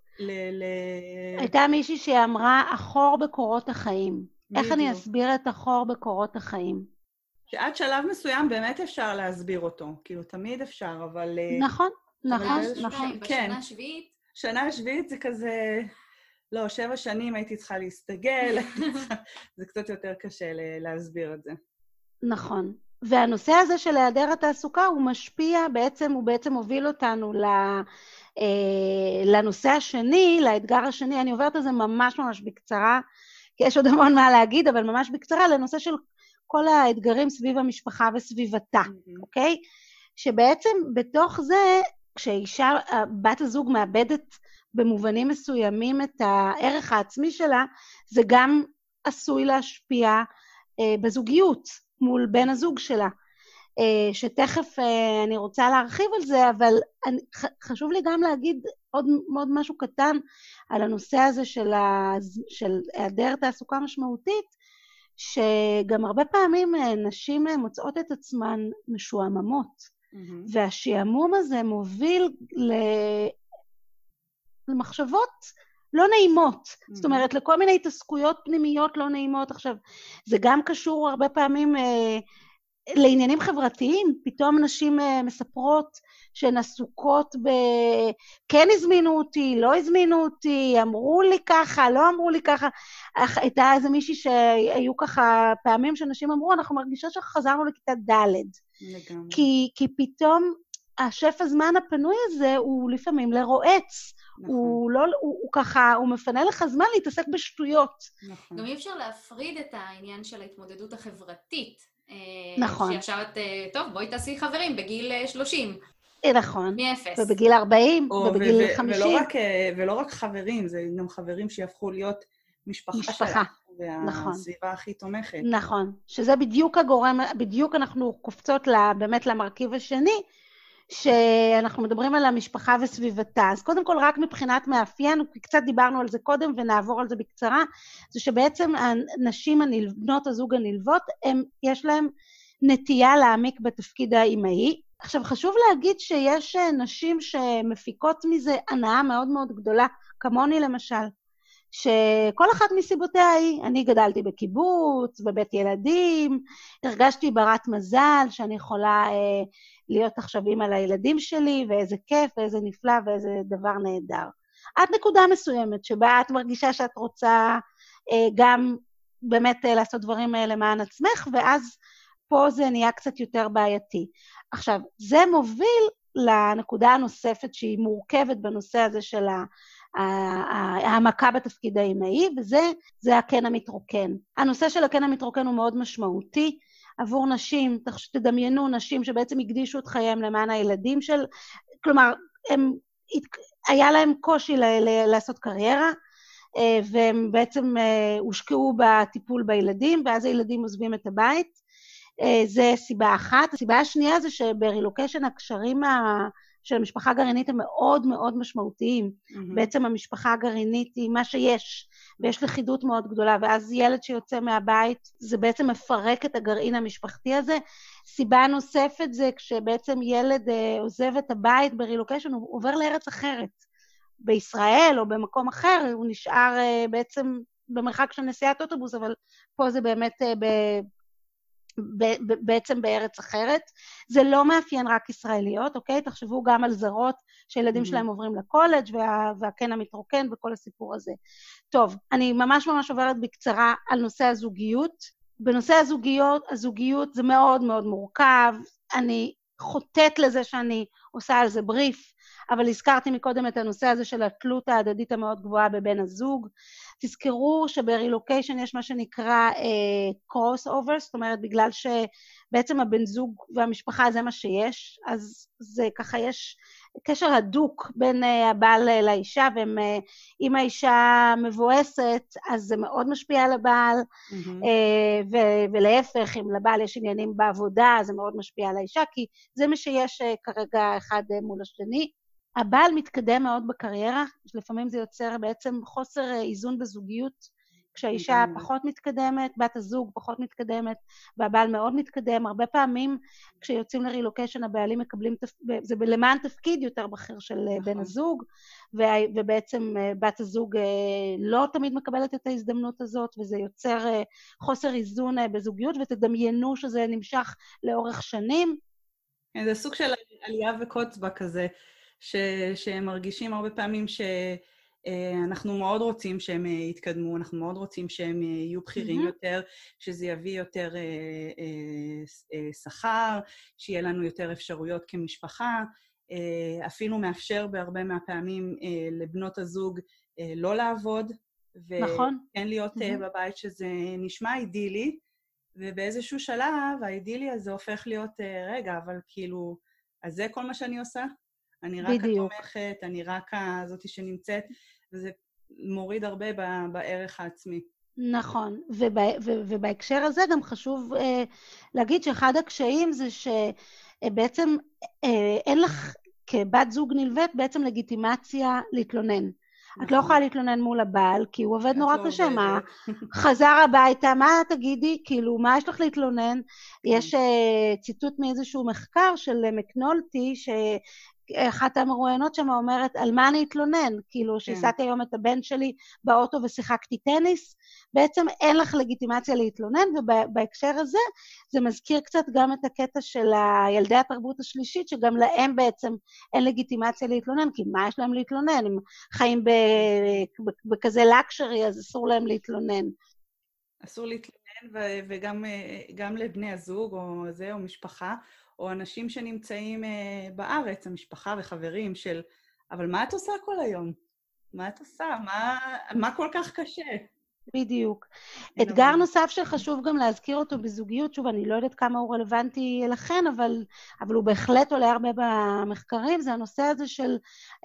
הייתה מישהי שאמרה, אחור בקורות החיים. איך אני אסביר את אחור בקורות החיים? שעד שלב מסוים באמת אפשר להסביר אותו, כאילו תמיד אפשר, אבל... נכון. בשנה השביעית? שנה השביעית זה כזה... לא, 7 שנים הייתי צריכה להסתגל, זה קצת יותר קשה להסביר את זה. נכון. והנושא הזה של היעדר התעסוקה הוא משפיע, הוא בעצם הוביל אותנו לנושא השני, לאתגר השני, אני עוברת על זה ממש בקצרה, כי יש עוד המון מה להגיד, אבל ממש בקצרה, לנושא של כל האתגרים סביב המשפחה וסביבתה, אוקיי? שבעצם בתוך זה, כשאישה, בת הזוג מאבדת במובנים מסוימים את הערך העצמי שלה, זה גם עשוי להשפיע בזוגיות מול בן הזוג שלה, שתכף אני רוצה להרחיב על זה, אבל חשוב לי גם להגיד עוד משהו קטן על הנושא הזה של היעדר תעסוקה משמעותית, שגם הרבה פעמים נשים מוצאות את עצמן משועממות, והשעמום הזה מוביל למחשבות לא נעימות, זאת אומרת, לכל מיני התעסקויות פנימיות לא נעימות. עכשיו, זה גם קשור הרבה פעמים לעניינים חברתיים, פתאום נשים מספרות שהן עסוקות כן הזמינו אותי, לא הזמינו אותי, אמרו לי ככה, לא אמרו לי ככה. הייתה איזה מישהי שהיו ככה פעמים שאנשים אמרו, אנחנו מרגישות שחזרנו לכיתה ד', כי פתאום השף הזמן הפנוי הזה הוא לפעמים לרועץ, הוא מפנה לך זמן להתעסק בשטויות. גם אי אפשר להפריד את העניין של ההתמודדות החברתית. נכון. שעכשיו את, טוב, בואי תעשי חברים בגיל 30. נכון. מ-0. ובגיל 40, ובגיל 50. ולא רק חברים, זה גם חברים שיהפכו להיות משפחה שלה. והסביבה הכי תומכת. נכון. שזה בדיוק הגורם, בדיוק אנחנו קופצות באמת למרכיב השני, שאנחנו מדברים על המשפחה וסביבתה. אז קודם כל, רק מבחינת מאפיין, קצת דיברנו על זה קודם ונעבור על זה בקצרה, זה שבעצם הנשים בנות הזוג הנלוות, יש להם נטייה להעמיק בתפקיד האימהי. עכשיו, חשוב להגיד שיש נשים שמפיקות מזה הנאה מאוד מאוד גדולה, כמוני למשל, שכל אחת מסיבותיה היא, אני גדלתי בקיבוץ, בבית ילדים, הרגשתי ברת מזל שאני יכולה להיות עכשיו אימא לילדים שלי, ואיזה כיף, ואיזה נפלא, ואיזה דבר נהדר. עד נקודה מסוימת שבה את מרגישה שאת רוצה גם באמת לעשות דברים למען עצמך, ואז פה זה נהיה קצת יותר בעייתי. עכשיו, זה מוביל לנקודה הנוספת שהיא מורכבת בנושא הזה של העמקה בתפקיד האימהי, וזה הקן המתרוקן. הנושא של הקן המתרוקן הוא מאוד משמעותי עבור נשים. תדמיינו נשים שבעצם הקדישו את חייהם למען הילדים כלומר, היה להם קושי לעשות קריירה, והם בעצם הושקעו בטיפול בילדים, ואז הילדים עוזבים את הבית. זה סיבה אחת. הסיבה השנייה זה שברילוקיישן הקשרים של המשפחה הגרעינית הם מאוד מאוד משמעותיים. בעצם המשפחה הגרעינית היא מה שיש, ויש לכידות מאוד גדולה, ואז ילד שיוצא מהבית, זה בעצם מפרק את הגרעין המשפחתי הזה. סיבה נוספת זה כשבעצם ילד עוזב את הבית ברילוקיישן, הוא עובר לארץ אחרת. בישראל או במקום אחר, הוא נשאר בעצם במרחק של נסיעת אוטובוס, אבל פה זה באמת בעצם בארץ אחרת. זה לא מאפיין רק ישראליות, אוקיי? תחשבו גם על זרות שילדים שלהם עוברים לקולג' והקן המתרוקן וכל הסיפור הזה. טוב, אני ממש עוברת בקצרה על נושא הזוגיות. בנושא הזוגיות זה מאוד מאוד מורכב. אני חוטאת לזה שאני עושה על זה בריף, אבל הזכרתי מקודם את הנושא הזה של התלות ההדדית המאוד גבוהה בבין הזוג. תזכרו שברילוקיישן יש מה שנקרא קרוס אובר, זאת אומרת בגלל שבעצם הבן זוג והמשפחה זה מה שיש, אז זה ככה יש קשר הדוק בין הבעל לאישה, ואם האישה מבואסת אז זה מאוד משפיע על הבעל, ולהפך אם לבעל יש עניינים בעבודה זה מאוד משפיע על האישה, כי זה מה שיש כרגע אחד מול השני. הבעל מתקדם מאוד בקריירה, לפעמים זה יוצר בעצם חוסר איזון בזוגיות, כשהאישה פחות מתקדמת, בת הזוג פחות מתקדמת, והבעל מאוד מתקדם. הרבה פעמים כשיוצאים לרילוקיישן הבעלים מקבלים, זה למען תפקיד יותר בכיר של בן הזוג, ובעצם בת הזוג לא תמיד מקבלת את ההזדמנות הזאת, וזה יוצר חוסר איזון בזוגיות, ותדמיינו שזה נמשך לאורך שנים. זה סוג של עלייה וקוצבה כזה, שהם מרגישים הרבה פעמים שאנחנו מאוד רוצים שהם יתקדמו, אנחנו מאוד רוצים שהם יהיו בכירים יותר, שזה יביא יותר שכר, שיהיה לנו יותר אפשרויות כמשפחה, אפילו מאפשר בהרבה מהפעמים לבנות הזוג לא לעבוד, וכן להיות בבית שזה נשמע אידילי, ובאיזשהו שלב האידילי הזה הופך להיות, רגע, אבל כאילו, אז זה כל מה שאני עושה? אני רק התומכת, אני רק הזאתי שנמצאת, וזה מוריד הרבה בערך העצמי. נכון, ובהקשר הזה גם חשוב להגיד שאחד הקשיים זה שבעצם אין לך כבת זוג נלווית בעצם לגיטימציה להתלונן. את לא יכולה להתלונן מול הבעל, כי הוא עובד נורא קשה, מה? חזר הביתה, מה תגידי? כאילו, מה יש לך להתלונן? יש ציטוט מאיזשהו מחקר של מקנולטי, אחת המרואיינות שם אומרת, על מה אני אתלונן? כאילו, שהסעתי היום את הבן שלי באוטו ושיחקתי טניס, בעצם אין לך לגיטימציה להתלונן, ובהקשר הזה זה מזכיר קצת גם את הקטע של ילדי התרבות השלישית, שגם להם בעצם אין לגיטימציה להתלונן, כי מה יש להם להתלונן? הם חיים בכזה לקשרי, אז אסור להם להתלונן. אסור להתלונן, וגם לבני הזוג או זה, או משפחה, או אנשים שנמצאים בארץ, המשפחה וחברים של, אבל מה את עושה כל היום? מה את עושה? מה כל כך קשה? בדיוק. אתגר נוסף שחשוב גם להזכיר אותו בזוגיות, שוב, אני לא יודעת כמה הוא רלוונטי לכן, אבל הוא בהחלט עולה הרבה במחקרים, זה הנושא הזה של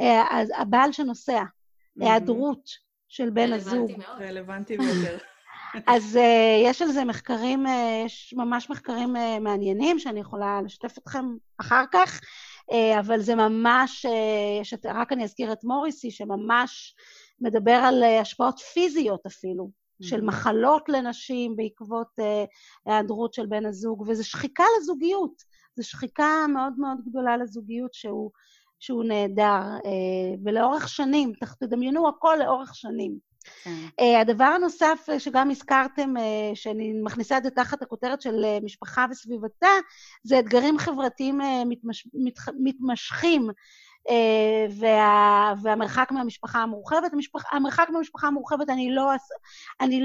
הבעל שנוסע, היעדרות של בן הזוג. רלוונטי ביותר. אז יש על זה מחקרים, יש ממש מחקרים מעניינים, שאני יכולה לשתף אתכם אחר כך, אבל זה ממש, רק אני אזכיר את מוריסי, שממש מדבר על השפעות פיזיות אפילו, של מחלות לנשים בעקבות היעדרות של בן הזוג, וזה שחיקה לזוגיות, זו שחיקה מאוד מאוד גדולה לזוגיות שהוא נהדר, ולאורך שנים, תדמיינו הכל לאורך שנים. הדבר הנוסף שגם הזכרתם, שאני מכניסה את זה תחת הכותרת של משפחה וסביבתה, זה אתגרים חברתיים מתמשכים, והמרחק מהמשפחה המורחבת. המרחק מהמשפחה המורחבת אני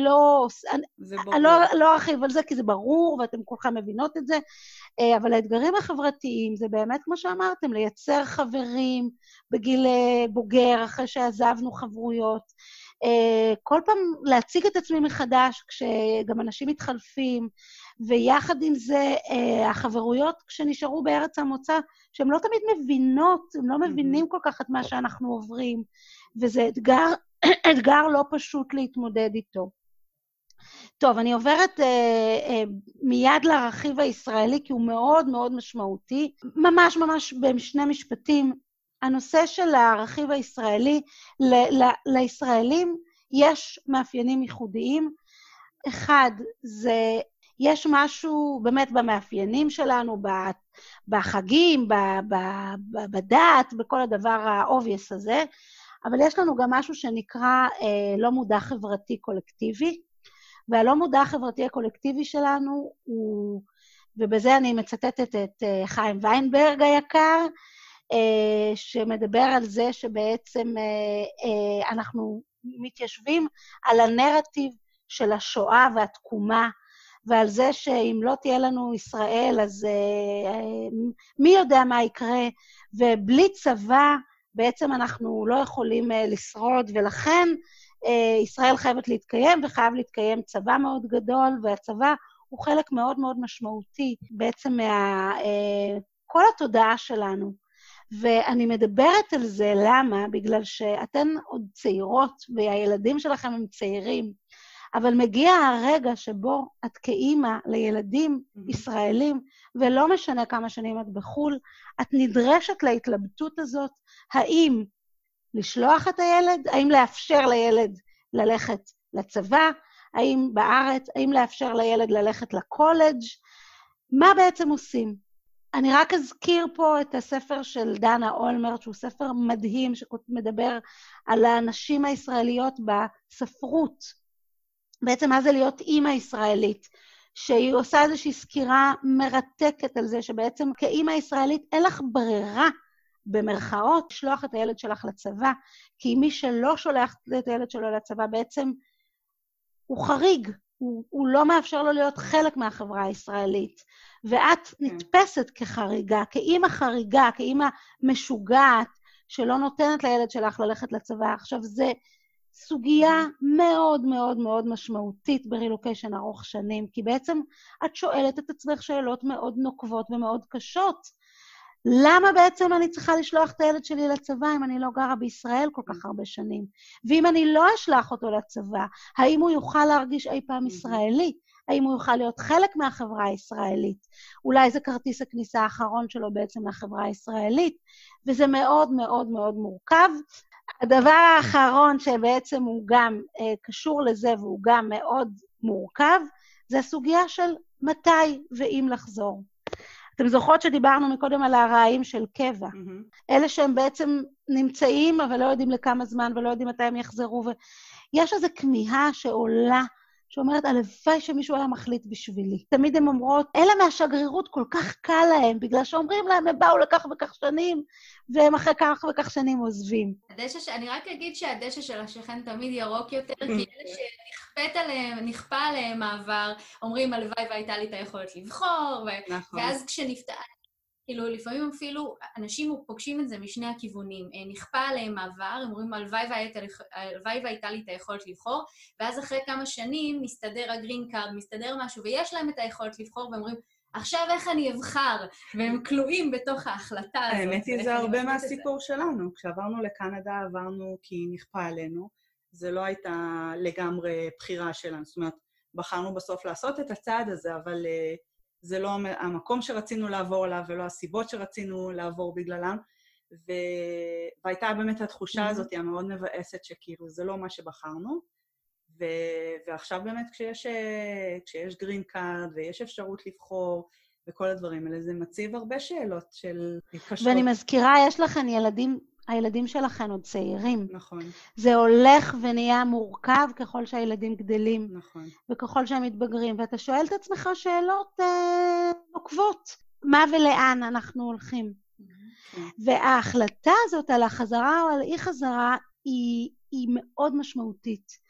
לא ארחיב על זה, כי זה ברור, ואתם כולכם מבינות את זה, אבל האתגרים החברתיים זה באמת, כמו שאמרתם, לייצר חברים בגיל בוגר, אחרי שעזבנו חברויות, כל פעם להציג את עצמי מחדש, כשגם אנשים מתחלפים, ויחד עם זה, החברויות כשנשארו בארץ המוצא, שהן לא תמיד מבינות, הם לא מבינים כל כך את מה שאנחנו עוברים, וזה אתגר לא פשוט להתמודד איתו. טוב, אני עוברת מיד לרכיב הישראלי, כי הוא מאוד מאוד משמעותי. ממש בשני משפטים, הנושא של הרכיב הישראלי, לישראלים יש מאפיינים ייחודיים. אחד, יש משהו באמת במאפיינים שלנו, בחגים, בדת, בכל הדבר האובייס הזה, אבל יש לנו גם משהו שנקרא לא מודע חברתי קולקטיבי, והלא מודע החברתי הקולקטיבי שלנו הוא, ובזה אני מצטטת את חיים ויינברג היקר, שמדבר על זה שבעצם אנחנו מתיישבים על הנרטיב של השואה והתקומה, ועל זה שאם לא תהיה לנו ישראל, אז מי יודע מה יקרה, ובלי צבא בעצם אנחנו לא יכולים לשרוד, ולכן ישראל חייבת להתקיים, וחייב להתקיים צבא מאוד גדול, והצבא הוא חלק מאוד מאוד משמעותי בעצם כל התודעה שלנו. ואני מדברת על זה, למה? בגלל שאתן עוד צעירות, והילדים שלכם הם צעירים, אבל מגיע הרגע שבו את כאימא לילדים ישראלים, ולא משנה כמה שנים את בחול, את נדרשת להתלבטות הזאת, האם לשלוח את הילד, האם לאפשר לילד ללכת לצבא, האם בארץ, האם לאפשר לילד ללכת לקולג', מה בעצם עושים? אני רק אזכיר פה את הספר של דנה אולמרט, שהוא ספר מדהים שמדבר על הנשים הישראליות בספרות, בעצם מה זה להיות אימא ישראלית, שהיא עושה איזושהי סקירה מרתקת על זה, שבעצם כאימא ישראלית אין לך ברירה, במרכאות, לשלוח את הילד שלך לצבא, כי מי שלא שולח את הילד שלו לצבא, בעצם הוא חריג, הוא לא מאפשר לו להיות חלק מהחברה הישראלית, ואת נתפסת כחריגה, כאימא חריגה, כאימא משוגעת, שלא נותנת לילד שלך ללכת לצבא. עכשיו, זה סוגיה מאוד מאוד מאוד משמעותית ברילוקיישן ארוך שנים, כי בעצם את שואלת את עצמך שאלות מאוד נוקבות ומאוד קשות. למה בעצם אני צריכה לשלוח את הילד שלי לצבא אם אני לא גרה בישראל כל כך הרבה שנים? ואם אני לא אשלח אותו לצבא, האם הוא יוכל להרגיש אי פעם ישראלי? האם הוא יוכל להיות חלק מהחברה הישראלית? אולי זה כרטיס הכניסה האחרון שלו בעצם לחברה הישראלית, וזה מאוד מאוד מאוד מורכב. הדבר האחרון שבעצם הוא גם קשור לזה והוא גם מאוד מורכב, זה הסוגיה של מתי ואם לחזור. אתם זוכרות שדיברנו מקודם על הרעיים של קבע. אלה שהם בעצם נמצאים, אבל לא יודעים לכמה זמן, ולא יודעים מתי הם יחזרו, ויש איזו כמיהה שעולה, שאומרת, הלוואי שמישהו היה מחליט בשבילי. תמיד הן אומרות, אלה מהשגרירות כל כך קל להם, בגלל שאומרים להם, הם באו לכך וכך שנים, והם אחרי כך וכך שנים עוזבים. אני רק אגיד שהדשא של השכן תמיד ירוק יותר, כי אלה שנכפה עליהם מעבר, אומרים, הלוואי והייתה לי את היכולת לבחור, ואז כשנפתח, כאילו, לפעמים אפילו אנשים פוגשים את זה משני הכיוונים. נכפה עליהם מעבר, הם אומרים, הלוואי והייתה לי את היכולת לבחור, ואז אחרי כמה שנים מסתדר הגרין קארד, מסתדר משהו, ויש להם את היכולת לבחור, והם אומרים, עכשיו איך אני אבחר? והם כלואים בתוך ההחלטה הזאת. האמת היא, זה הרבה מהסיפור שלנו. כשעברנו לקנדה, עברנו כי נכפה עלינו. זה לא הייתה לגמרי בחירה שלנו. זאת אומרת, בחרנו בסוף לעשות את הצעד הזה, אבל זה לא המקום שרצינו לעבור עליו, ולא הסיבות שרצינו לעבור בגללם. והייתה באמת התחושה הזאת, המאוד מבאסת, שכאילו זה לא מה שבחרנו. ועכשיו באמת כשיש גרין קארד, ויש אפשרות לבחור, וכל הדברים האלה, זה מציב הרבה שאלות של קשות. ואני מזכירה, יש לכם ילדים, הילדים שלכם עוד צעירים. נכון. זה הולך ונהיה מורכב ככל שהילדים גדלים. נכון. וככל שהם מתבגרים, ואתה שואל את עצמך שאלות נוקבות. מה ולאן אנחנו הולכים? וההחלטה הזאת על החזרה או על אי חזרה היא מאוד משמעותית.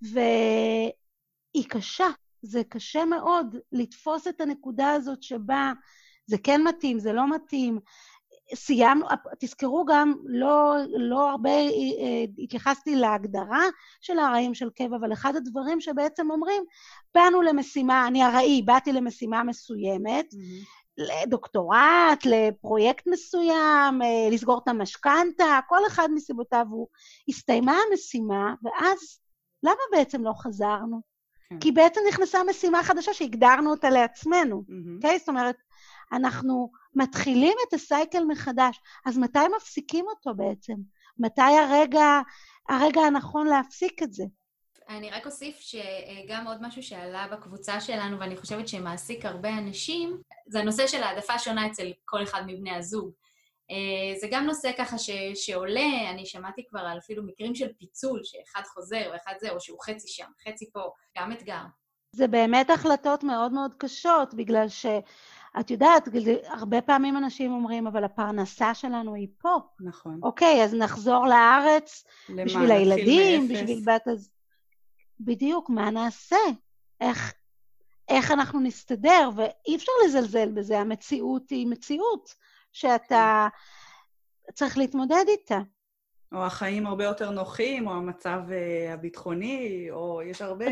והיא קשה, זה קשה מאוד לתפוס את הנקודה הזאת שבה זה כן מתאים, זה לא מתאים. סיימנו, תזכרו גם, לא הרבה התייחסתי להגדרה של הרעים של קבע, אבל אחד הדברים שבעצם אומרים, באנו למשימה, אני הראי, באתי למשימה מסוימת, לדוקטורט, לפרויקט מסוים, לסגור את המשכנתה, כל אחד מסיבותיו הוא הסתיימה המשימה, ואז למה בעצם לא חזרנו? כי בעצם נכנסה משימה חדשה שהגדרנו אותה לעצמנו, אוקיי? זאת אומרת, אנחנו מתחילים את הסייקל מחדש, אז מתי מפסיקים אותו בעצם? מתי הרגע הנכון להפסיק את זה? אני רק אוסיף שגם עוד משהו שעלה בקבוצה שלנו, ואני חושבת שמעסיק הרבה אנשים, זה הנושא של העדפה שונה אצל כל אחד מבני הזוג. זה גם נושא ככה שעולה, אני שמעתי כבר על אפילו מקרים של פיצול, שאחד חוזר ואחד זה, או שהוא חצי שם, חצי פה, גם אתגר. זה באמת החלטות מאוד מאוד קשות, בגלל שאת יודעת, הרבה פעמים אנשים אומרים, אבל הפרנסה שלנו היא פה. נכון. אוקיי, אז נחזור לארץ בשביל הילדים, בשביל בת הז... בדיוק, מה נעשה? איך אנחנו נסתדר? ואי אפשר לזלזל בזה, המציאות היא מציאות שאתה צריך להתמודד איתה. או החיים הרבה יותר נוחים, או המצב הביטחוני, או יש הרבה...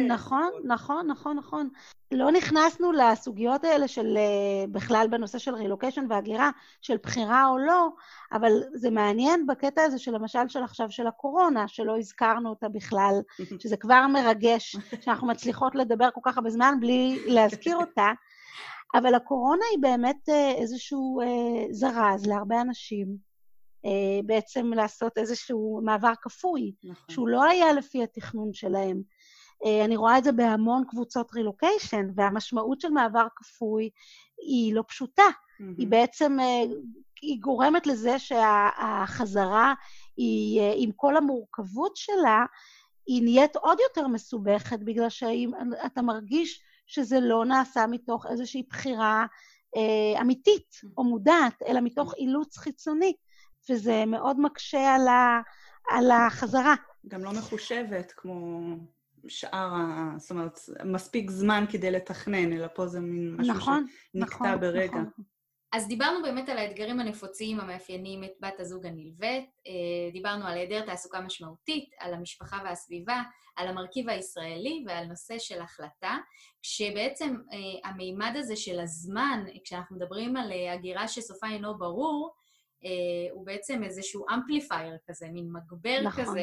נכון. לא נכנסנו לסוגיות האלה של בכלל בנושא של רילוקיישן והגירה, של בחירה או לא, אבל זה מעניין בקטע הזה של למשל של עכשיו של הקורונה, שלא הזכרנו אותה בכלל, שזה כבר מרגש, שאנחנו מצליחות לדבר כל כך הרבה זמן בלי להזכיר אותה, אבל הקורונה היא באמת איזשהו זרז להרבה אנשים, בעצם לעשות איזשהו מעבר כפוי, נכון. שהוא לא היה לפי התכנון שלהם. אני רואה את זה בהמון קבוצות רילוקיישן, והמשמעות של מעבר כפוי היא לא פשוטה. היא בעצם, היא גורמת לזה שהחזרה, עם כל המורכבות שלה, היא נהיית עוד יותר מסובכת, בגלל שאתה מרגיש שזה לא נעשה מתוך איזושהי בחירה אמיתית או מודעת, אלא מתוך אילוץ חיצוני. וזה מאוד מקשה על החזרה. גם לא מחושבת כמו שאר, זאת אומרת, מספיק זמן כדי לתכנן, אלא פה זה מין משהו שנקטע ברגע. נכון. אז דיברנו באמת על האתגרים הנפוציים המאפיינים את בת הזוג הנלווית, דיברנו על היעדר תעסוקה משמעותית, על המשפחה והסביבה, על המרכיב הישראלי ועל נושא של החלטה, כשבעצם המימד הזה של הזמן, כשאנחנו מדברים על הגירה שסופה אינו ברור, הוא בעצם איזשהו אמפליפייר כזה, מין מגבר נכון. כזה,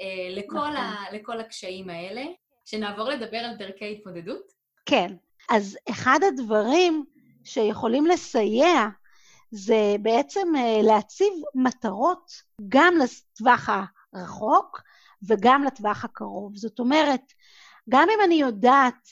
לכל הקשיים האלה. שנעבור לדבר על דרכי התמודדות? כן. אז אחד הדברים שיכולים לסייע, זה בעצם להציב מטרות גם לטווח הרחוק וגם לטווח הקרוב. זאת אומרת, גם אם אני יודעת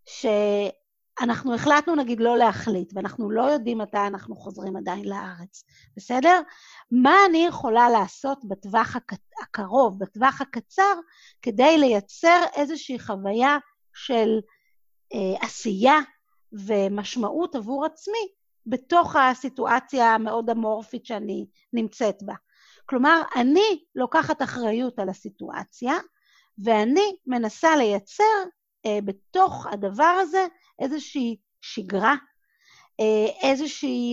שאנחנו החלטנו נגיד לא להחליט, ואנחנו לא יודעים מתי אנחנו חוזרים עדיין לארץ, בסדר? מה אני יכולה לעשות בטווח הקרוב, בטווח הקצר, כדי לייצר איזושהי חוויה של עשייה ומשמעות עבור עצמי, בתוך הסיטואציה המאוד אמורפית שאני נמצאת בה. כלומר, אני לוקחת אחריות על הסיטואציה, ואני מנסה לייצר בתוך הדבר הזה איזושהי שגרה, איזושהי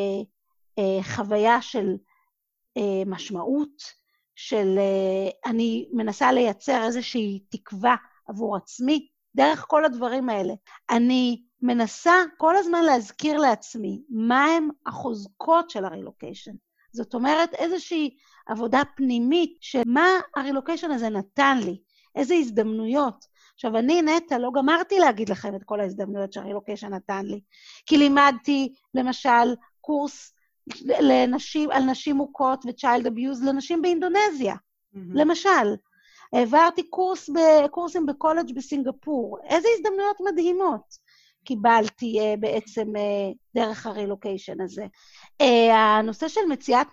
חוויה של משמעות, של אני מנסה לייצר איזושהי תקווה עבור עצמי, דרך כל הדברים האלה. אני מנסה כל הזמן להזכיר לעצמי מה הם החוזקות של הרילוקיישן. זאת אומרת, איזושהי עבודה פנימית, שמה הרילוקיישן הזה נתן לי, איזה הזדמנויות. עכשיו, אני נטע לא גמרתי להגיד לכם את כל ההזדמנויות שהרילוקיישן נתן לי, כי לימדתי, למשל, קורס לנשים, על נשים מוכות וצ'יילד אביוז לנשים באינדונזיה, למשל. העברתי קורסים בקולג' בסינגפור. איזה הזדמנויות מדהימות קיבלתי בעצם דרך הרילוקיישן הזה. הנושא של מציאת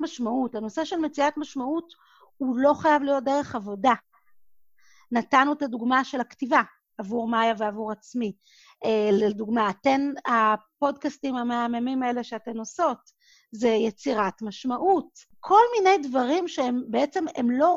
משמעות, הוא לא חייב להיות דרך עבודה. נתנו את הדוגמה של הכתיבה, עבור מאיה ועבור עצמי. לדוגמה, הפודקאסטים המהממים האלה שאתן עושות, זה יצירת משמעות. כל מיני דברים שהם בעצם,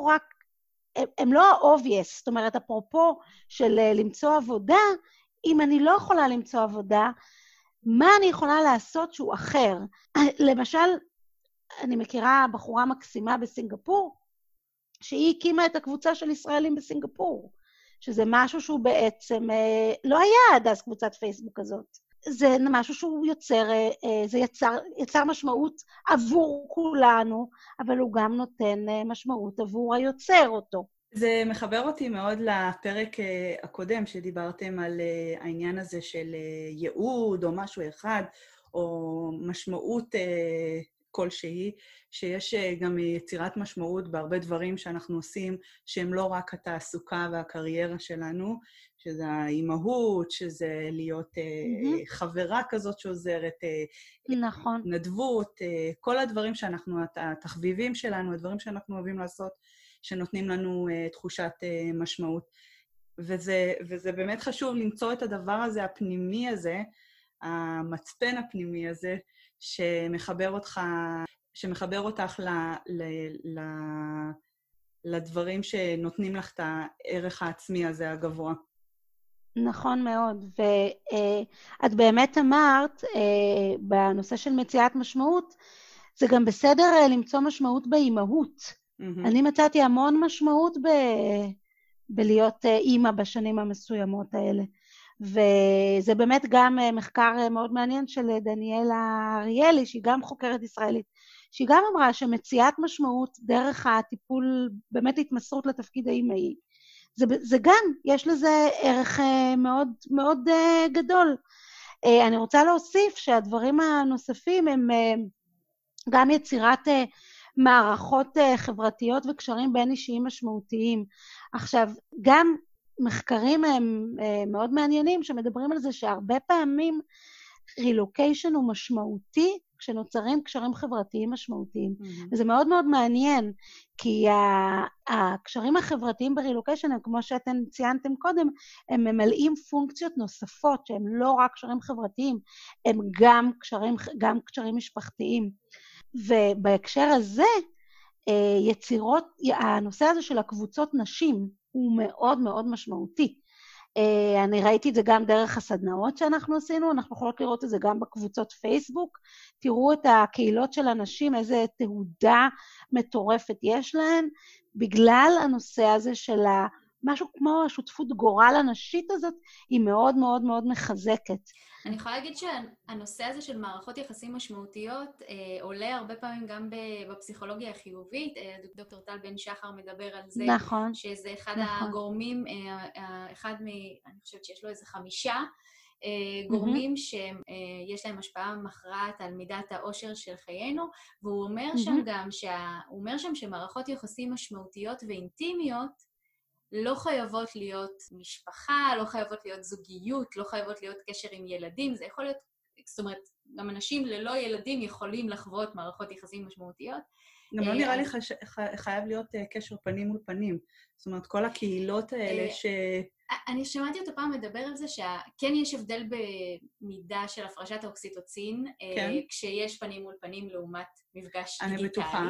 הם לא ה-obvious, זאת אומרת, אפרופו של למצוא עבודה, אם אני לא יכולה למצוא עבודה, מה אני יכולה לעשות שהוא אחר? למשל, אני מכירה בחורה מקסימה בסינגפור, שהיא הקימה את הקבוצה של ישראלים בסינגפור, שזה משהו שהוא בעצם לא היה עד אז קבוצת פייסבוק הזאת. זה משהו שהוא זה יצר משמעות עבור כולנו, אבל הוא גם נותן משמעות עבור היוצר אותו. זה מחבר אותי מאוד לפרק הקודם שדיברתם על העניין הזה של ייעוד או משהו אחד, או משמעות כלשהי, שיש גם יצירת משמעות בהרבה דברים שאנחנו עושים, שהם לא רק התעסוקה והקריירה שלנו, שזה האימהות, שזה להיות חברה כזאת שעוזרת, נכון. נדבות, כל הדברים שאנחנו, התחביבים שלנו, הדברים שאנחנו אוהבים לעשות, שנותנים לנו תחושת משמעות. וזה באמת חשוב למצוא את הדבר הזה, הפנימי הזה, המצפן הפנימי הזה, שמחבר אותך לדברים שנותנים לך את הערך העצמי הזה הגבוה. נכון מאוד, ואת באמת אמרת, בנושא של מציאת משמעות, זה גם בסדר למצוא משמעות באימהות. אני מצאתי המון משמעות בלהיות אימא בשנים המסוימות האלה. וזה באמת גם מחקר מאוד מעניין של דניאלה אריאלי, שהיא גם חוקרת ישראלית, שהיא גם אמרה שמציאת משמעות דרך הטיפול, באמת התמסרות לתפקיד האימהי. זה גם, יש לזה ערך מאוד מאוד גדול. אני רוצה להוסיף שהדברים הנוספים הם גם יצירת מערכות חברתיות וקשרים בין אישיים משמעותיים. עכשיו, גם מחקרים הם מאוד מעניינים שמדברים על זה שהרבה פעמים רילוקיישן הוא משמעותי כשנוצרים קשרים חברתיים משמעותיים. וזה מאוד מאוד מעניין, כי הקשרים החברתיים ברילוקיישן הם, כמו שאתם ציינתם קודם, הם ממלאים פונקציות נוספות, שהם לא רק קשרים חברתיים, הם גם קשרים משפחתיים. ובהקשר הזה, הנושא הזה של הקבוצות נשים הוא מאוד מאוד משמעותי. אני ראיתי את זה גם דרך הסדנאות שאנחנו עשינו, אנחנו יכולות לראות את זה גם בקבוצות פייסבוק, תראו את הקהילות של הנשים, איזה תהודה מטורפת יש להן, בגלל הנושא הזה של משהו כמו השותפות גורל הנשית הזאת, היא מאוד מאוד מאוד מחזקת. אני יכולה להגיד שהנושא הזה של מערכות יחסים משמעותיות עולה הרבה פעמים גם בפסיכולוגיה החיובית. דוקטור טל בן שחר מדבר על זה, נכון, שזה אחד נכון. הגורמים, אני חושבת שיש לו איזה 5 גורמים שיש להם השפעה מכרעת על מידת האושר של חיינו, והוא אומר שם גם הוא אומר שם שמערכות יחסים משמעותיות ואינטימיות לא חייבות להיות משפחה, לא חייבות להיות זוגיות, לא חייבות להיות קשר עם ילדים, זה יכול להיות, זאת אומרת, גם אנשים ללא ילדים יכולים לחוות מערכות יחסים משמעותיות. גם לא נראה לי חייב להיות קשר פנים מול פנים. זאת אומרת, כל הקהילות האלה אני שמעתי אותו פעם מדבר על זה שכן יש הבדל במידה של הפרשת האוקסיטוצין, כשיש פנים מול פנים לעומת מפגש דיגיטלי. אני בטוחה.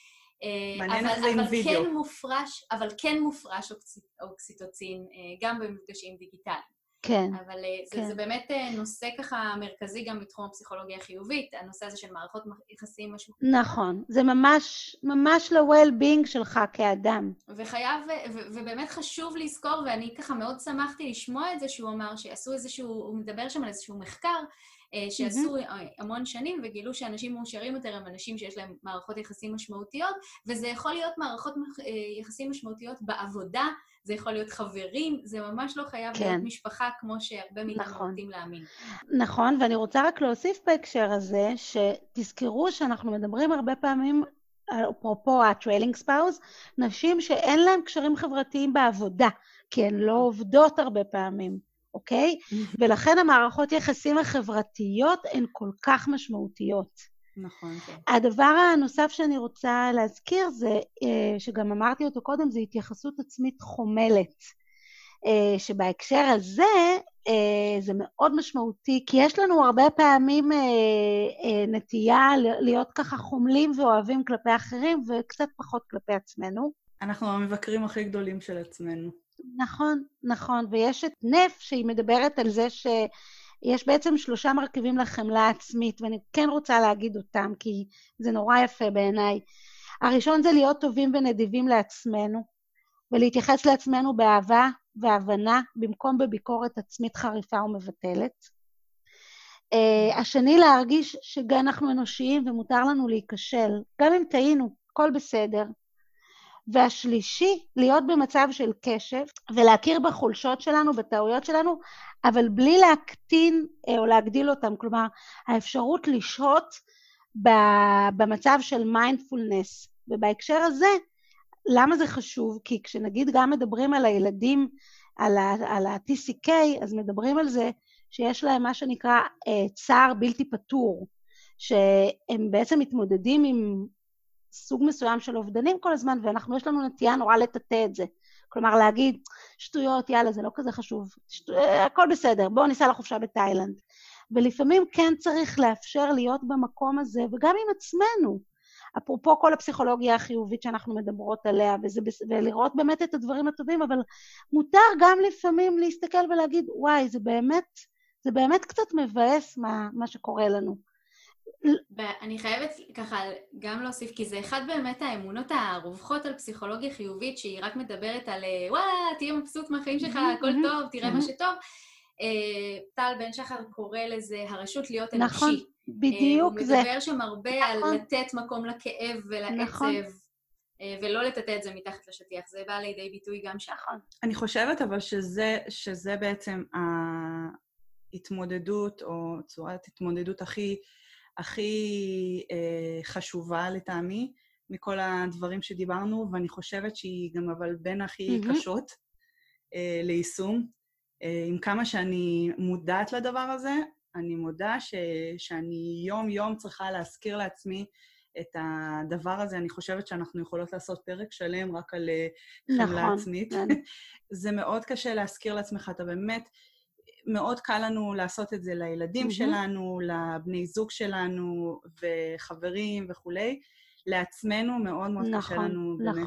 אבל כן מופרש אוקסיטוצין גם במפגשים דיגיטליים. כן. אבל זה באמת נושא ככה מרכזי גם בתחום הפסיכולוגיה החיובית, הנושא הזה של מערכות יחסים משמעותיות. נכון, זה ממש ל-well-being שלך כאדם. ובאמת חשוב לזכור, ואני ככה מאוד שמחתי לשמוע את זה, שהוא אמר שעשו הוא מדבר שם על איזשהו מחקר, שעשו המון שנים וגילו שאנשים מאושרים יותר הם אנשים שיש להם מערכות יחסים משמעותיות, וזה יכול להיות מערכות יחסים משמעותיות בעבודה, זה יכול להיות חברים, זה ממש לא חייב להיות משפחה כמו שהרבה מאיתנו רוצים להאמין. נכון, ואני רוצה רק להוסיף בהקשר הזה, שתזכרו שאנחנו מדברים הרבה פעמים, אפרופו ה-trailing spouse, נשים שאין להן קשרים חברתיים בעבודה, כי הן לא עובדות הרבה פעמים. אוקיי? ולכן המערכות יחסים החברתיות הן כל כך משמעותיות. נכון. הדבר הנוסף שאני רוצה להזכיר זה, שגם אמרתי אותו קודם, זה התייחסות עצמית חומלת. שבהקשר הזה זה מאוד משמעותי, כי יש לנו הרבה פעמים נטייה להיות ככה חומלים ואוהבים כלפי אחרים, וקצת פחות כלפי עצמנו. אנחנו המבקרים הכי גדולים של עצמנו. נכון, נכון, ויש את נף שהיא מדברת על זה יש בעצם 3 מרכיבים לחמלה העצמית, ואני כן רוצה להגיד אותם, כי זה נורא יפה בעיניי. הראשון זה להיות טובים ונדיבים לעצמנו, ולהתייחס לעצמנו באהבה והבנה, במקום בביקורת עצמית חריפה ומבטלת. השני, להרגיש שגם אנחנו אנושיים ומותר לנו להיכשל, גם אם טעינו, הכל בסדר. והשלישי, להיות במצב של קשב, ולהכיר בחולשות שלנו, בטעויות שלנו, אבל בלי להקטין או להגדיל אותם. כלומר, האפשרות לשהות במצב של מיינדפולנס. ובהקשר הזה, למה זה חשוב? כי כשנגיד גם מדברים על הילדים, על ה-TCK, אז מדברים על זה שיש להם מה שנקרא צער בלתי פתור, שהם בעצם מתמודדים עם סוג מסוים של אובדנים כל הזמן, ואנחנו יש לנו נטייה נורא לטאטא את זה. כלומר, להגיד, שטויות, יאללה, זה לא כזה חשוב, הכל בסדר, בואו ניסע לחופשה בתאילנד. ולפעמים כן צריך לאפשר להיות במקום הזה, וגם עם עצמנו. אפרופו כל הפסיכולוגיה החיובית שאנחנו מדברות עליה, ולראות באמת את הדברים הטובים, אבל מותר גם לפעמים להסתכל ולהגיד, וואי, זה באמת קצת מבאס מה שקורה לנו. ואני חייבת ככה גם להוסיף, כי זה אחד באמת האמונות הרווחות על פסיכולוגיה חיובית, שהיא רק מדברת על, תהיה מבסוט מהחיים שלך, הכל טוב, תראה מה שטוב. טל בן שחר קורא לזה הרשות להיות אנושי. נכון, בדיוק זה. הוא מדבר שם הרבה על לתת מקום לכאב ולעצב, ולא לטאטא את זה מתחת לשטיח. זה בא לידי ביטוי גם שם. אני חושבת אבל שזה בעצם ההתמודדות, או צורת התמודדות הכי חשובה לטעמי, מכל הדברים שדיברנו, ואני חושבת שהיא גם אבל בין הכי קשות ליישום. עם כמה שאני מודעת לדבר הזה, אני מודה שאני יום צריכה להזכיר לעצמי את הדבר הזה. אני חושבת שאנחנו יכולות לעשות פרק שלם רק על חמלה עצמית. זה מאוד קשה להזכיר לעצמך, אתה באמת, מאוד קל לנו לעשות את זה לילדים שלנו, לבני זוג שלנו, וחברים וכולי. לעצמנו מאוד מאוד קשה לנו באמת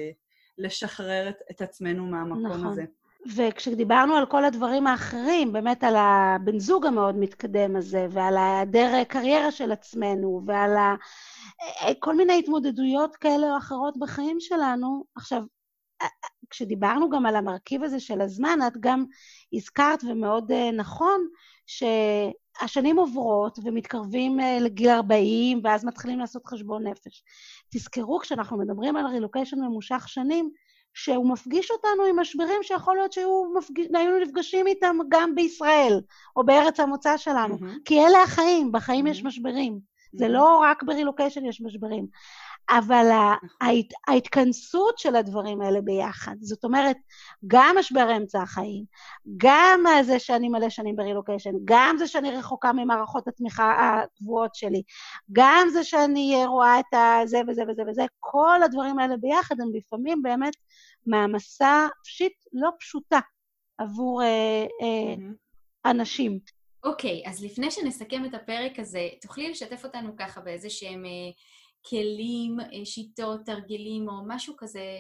לשחרר את עצמנו מהמקום הזה. וכשדיברנו על כל הדברים האחרים, באמת על הבן זוג המאוד מתקדם הזה, ועל הדרך קריירה של עצמנו, ועל כל מיני התמודדויות כאלה או אחרות בחיים שלנו, עכשיו, כשדיברנו גם על המרכיב הזה של הזמן, את גם הזכרת ומאוד נכון, שהשנים עוברות ומתקרבים לגיל 40, ואז מתחילים לעשות חשבון נפש. תזכרו, כשאנחנו מדברים על רילוקיישן ממושך שנים, שהוא מפגיש אותנו עם משברים שיכול להיות שהיינו נפגשים איתם גם בישראל, או בארץ המוצא שלנו. כי אלה החיים, בחיים יש משברים. זה לא רק ברילוקיישן יש משברים. אבל ההתכנסות של הדברים האלה ביחד, זאת אומרת, גם משבר אמצע החיים, גם זה שאני מלא שנים ברילוקיישן, גם זה שאני רחוקה ממערכות התמיכה הקבועות שלי, גם זה שאני רואה את זה וזה וזה וזה, כל הדברים האלה ביחד הם לפעמים באמת מהמסע לא פשוטה עבור אנשים. אוקיי, אז לפני שנסכם את הפרק הזה, תוכלי לשתף אותנו ככה באיזה שהם כלים, שיטות, תרגילים או משהו כזה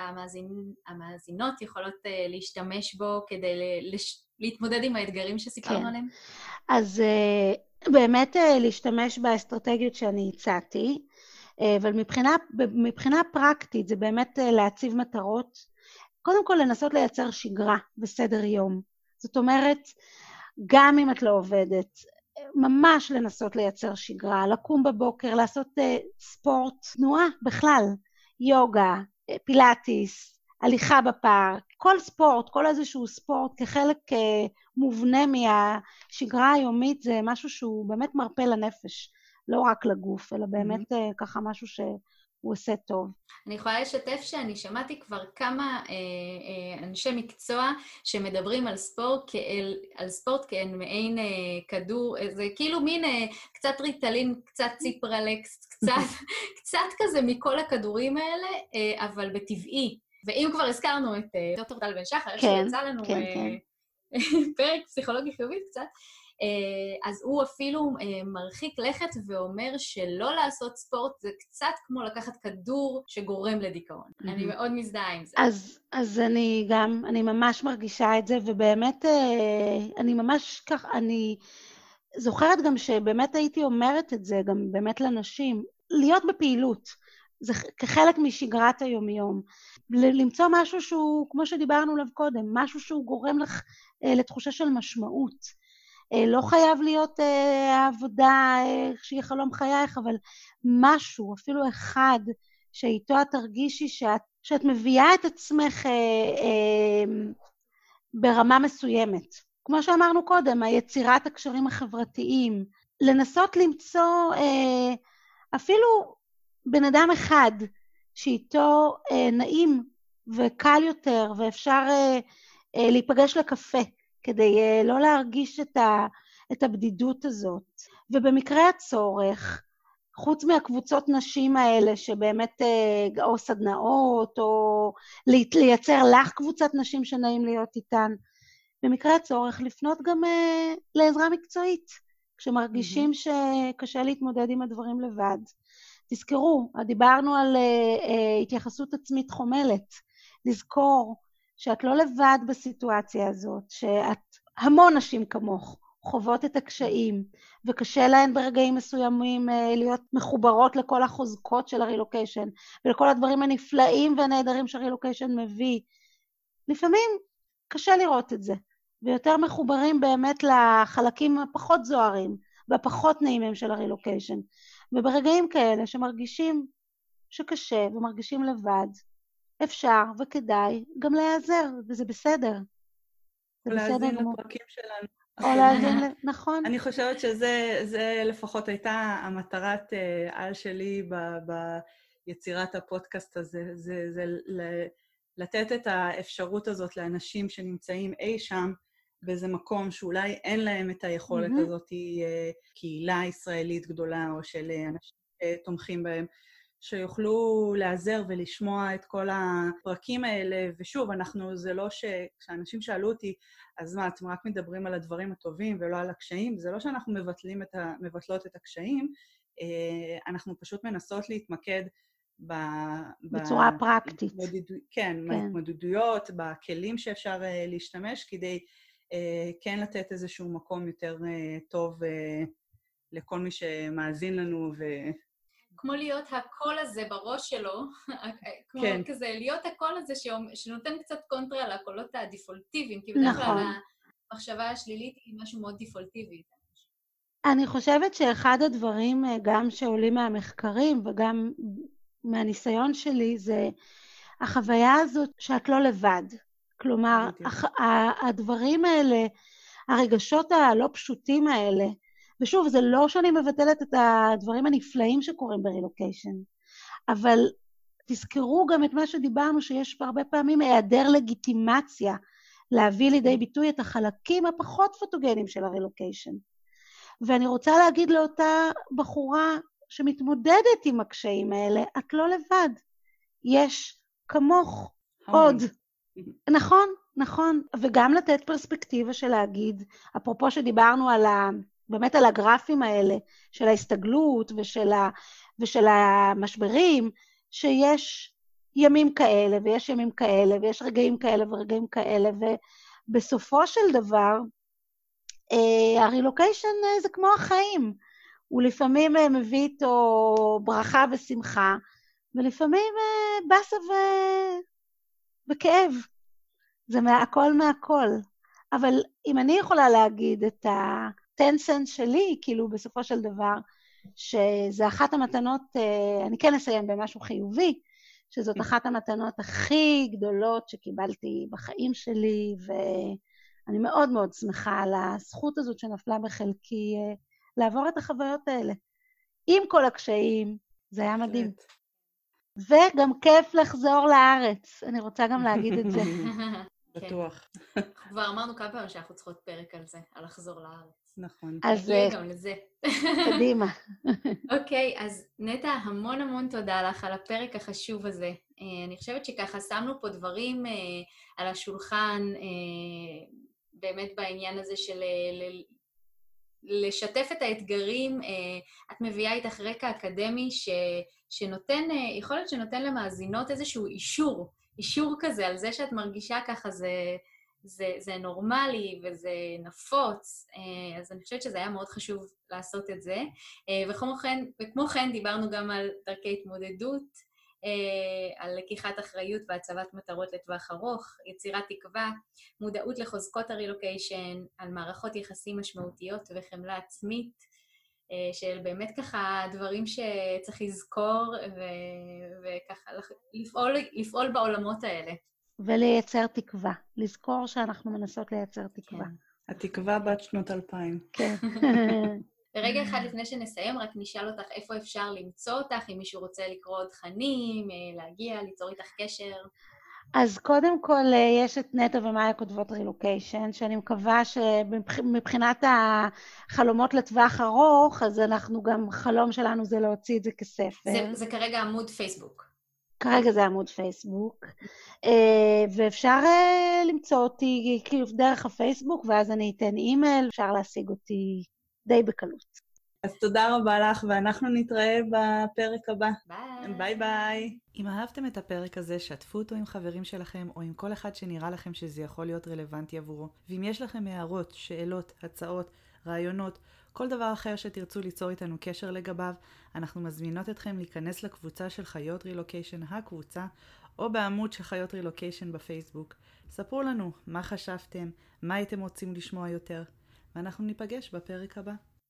שהמאזינות יכולות להשתמש בו כדי להתמודד עם האתגרים שסיפרנו עליהם? אז באמת להשתמש באסטרטגיות שאני הצעתי, אבל מבחינה פרקטית זה באמת להציב מטרות, קודם כל לנסות לייצר שגרה וסדר יום. זאת אומרת, גם אם את לא עובדת, ממש לנסות לייצר שגרה, לקום בבוקר, לעשות ספורט, תנועה בכלל, יוגה, פילאטיס, הליכה בפארק, כל ספורט, כל איזשהו ספורט כחלק מובנה מהשגרה היומית, זה משהו שהוא באמת מרפא לנפש, לא רק לגוף, אלא באמת ככה משהו שהוא עושה טוב. אני יכולה לשתף שאני שמעתי כבר כמה אנשי מקצוע שמדברים על ספורט כמעין כדור, זה כאילו מין קצת ריטלין, קצת ציפרלקס, קצת כזה מכל הכדורים האלה, אבל בטבעי. ואם כבר הזכרנו את דוקטור טל בן שחר, שיצא לנו פרק פסיכולוגי חיובית קצת, אז הוא אפילו מרחיק לכת ואומר שלא לעשות ספורט זה קצת כמו לקחת כדור שגורם לדיכאון. אני מאוד מזדהה עם זה. אז אני ממש מרגישה את זה, ובאמת אני ממש כך, אני זוכרת גם שבאמת הייתי אומרת את זה גם באמת לנשים, להיות בפעילות, זה כחלק משגרת היומיום, למצוא משהו שהוא, כמו שדיברנו עליו קודם, משהו שהוא גורם לך לתחושה של משמעות. לא חייב להיות העבודה שהיא חלום חייך, אבל משהו, אפילו אחד, שאיתו את תרגישי שאת מביאה את עצמך ברמה מסוימת. כמו שאמרנו קודם, היצירת הקשרים החברתיים, לנסות למצוא אפילו בן אדם אחד שאיתו נעים וקל יותר, ואפשר להיפגש לקפה, כדי לא להרגיש את הבדידות הזאת. ובמקרה הצורך, חוץ מהקבוצות נשים האלה, שבאמת או סדנאות, או לייצר לך קבוצת נשים שנעים להיות איתן, במקרה הצורך לפנות גם לעזרה מקצועית, כשמרגישים שקשה להתמודד עם הדברים לבד. תזכרו, דיברנו על התייחסות עצמית חומלת, לזכור שאת לא לבד בסיטואציה הזאת, שאת המון נשים כמוך חוות את הקשיים, וקשה להן ברגעים מסוימים להיות מחוברות לכל החוזקות של הרילוקיישן, ולכל הדברים הנפלאים והנהדרים שהרילוקיישן מביא. לפעמים קשה לראות את זה, ויותר מחוברים באמת לחלקים הפחות זוהרים, והפחות נעימים של הרילוקיישן. וברגעים כאלה שמרגישים שקשה ומרגישים לבד, אפשר וכדאי גם להיעזר, וזה בסדר. או להאזין לפרקים שלנו. או להאזין, נכון. אני חושבת שזה לפחות הייתה המטרת על שלי ביצירת הפודקאסט הזה, זה לתת את האפשרות הזאת לאנשים שנמצאים אי שם, באיזה מקום שאולי אין להם את היכולת הזאת, קהילה ישראלית גדולה, או של אנשים תומכים בהם, שיוכלו לעזר ולשמוע את כל הפרקים האלה. ושוב, זה לא כשאנשים שאלו אותי, אז מה, אתם רק מדברים על הדברים הטובים ולא על הקשיים? זה לא שאנחנו מבטלות את הקשיים, אנחנו פשוט מנסות להתמקד בצורה פרקטית. כן, בהתמודדויות, בכלים שאפשר להשתמש, כדי כן לתת איזשהו מקום יותר טוב לכל מי שמאזין לנו. כמו להיות הקול הזה בראש שלו, כמו כזה, להיות הקול הזה שנותן קצת קונטרה לקולות הדיפולטיביים, כי בדרך כלל המחשבה השלילית היא משהו מאוד דיפולטיבי. אני חושבת שאחד הדברים גם שעולים מהמחקרים וגם מהניסיון שלי, זה החוויה הזאת שאת לא לבד. כלומר, הדברים האלה, הרגשות הלא פשוטים האלה, ושוב, זה לא שאני מבטלת את הדברים הנפלאים שקורים ברילוקיישן, אבל תזכרו גם את מה שדיברנו, שיש הרבה פעמים היעדר לגיטימציה להביא לידי ביטוי את החלקים הפחות פוטוגנים של הרילוקיישן. ואני רוצה להגיד לאותה בחורה שמתמודדת עם הקשיים האלה, את לא לבד. יש כמוך עוד. נכון, נכון. וגם לתת פרספקטיבה של להגיד, אפרופו שדיברנו באמת על הגרפים האלה, של ההסתגלות ושל המשברים, שיש ימים כאלה ויש ימים כאלה, ויש רגעים כאלה ורגעים כאלה, ובסופו של דבר, הרילוקיישן זה כמו החיים. הוא לפעמים מביא איתו ברכה ושמחה, ולפעמים בסה וכאב. זה הכל מהכל. אבל אם אני יכולה להגיד את ה-10 שלי, כאילו בסופו של דבר, שזה אחת המתנות, אני כן אסיים במשהו חיובי, שזאת אחת המתנות הכי גדולות שקיבלתי בחיים שלי, ואני מאוד מאוד שמחה על הזכות הזאת שנפלה בחלקי לעבור את החוויות האלה. עם כל הקשיים, זה היה מדהים. וגם כיף לחזור לארץ, אני רוצה גם להגיד את זה. בטוח. כבר אמרנו כמה פעמים שאנחנו צריכות פרק על זה, על לחזור לארץ. נכון. אז נגיע גם לזה. קדימה. אוקיי, אז נטע, המון המון תודה לך על הפרק החשוב הזה. אני חושבת שככה שמנו פה דברים על השולחן, באמת בעניין הזה של לשתף את האתגרים. את מביאה איתך רקע אקדמי שנותן, יכול להיות שנותן למאזינות איזשהו אישור כזה, על זה שאת מרגישה ככה זה נורמלי וזה נפוץ, אז אני חושבת שזה היה מאוד חשוב לעשות את זה. וכמו כן דיברנו גם על דרכי התמודדות, על לקיחת אחריות והצבת מטרות לטווח ארוך, יצירת תקווה, מודעות לחוזקות הרילוקיישן, על מערכות יחסים משמעותיות וחמלה עצמית, של באמת ככה דברים שצריך לזכור וככה לפעול בעולמות האלה. ולייצר תקווה, לזכור שאנחנו מנסות לייצר תקווה. כן. התקווה בת שנות 2000. כן. ורגע אחד לפני שנסיים, רק נשאל אותך איפה אפשר למצוא אותך, אם מישהו רוצה לקרוא עוד תכנים, להגיע, ליצור איתך קשר. אז קודם כל יש את נטע ומאיה כותבות רילוקיישן, שאני מקווה שמבחינת החלומות לטווח ארוך, אז אנחנו גם, חלום שלנו זה להוציא את זה כספר. זה כרגע עמוד פייסבוק. כרגע זה עמוד פייסבוק, ואפשר למצוא אותי כאילו דרך הפייסבוק, ואז אני אתן אימייל, אפשר להשיג אותי די בקלות. אז תודה רבה לך, ואנחנו נתראה בפרק הבא. ביי. ביי ביי. אם אהבתם את הפרק הזה, שתפו אותו עם חברים שלכם, או עם כל אחד שנראה לכם שזה יכול להיות רלוונטי עבורו. ואם יש לכם הערות, שאלות, הצעות, רעיונות, כל דבר אחר שתרצו ליצור איתנו קשר לגביו, אנחנו מזמינות אתכם להיכנס לקבוצה של חיות רילוקיישן הקבוצה, או בעמוד של חיות רילוקיישן בפייסבוק. ספרו לנו מה חשבתם, מה הייתם רוצים לשמוע יותר, ואנחנו ניפגש בפרק הבא.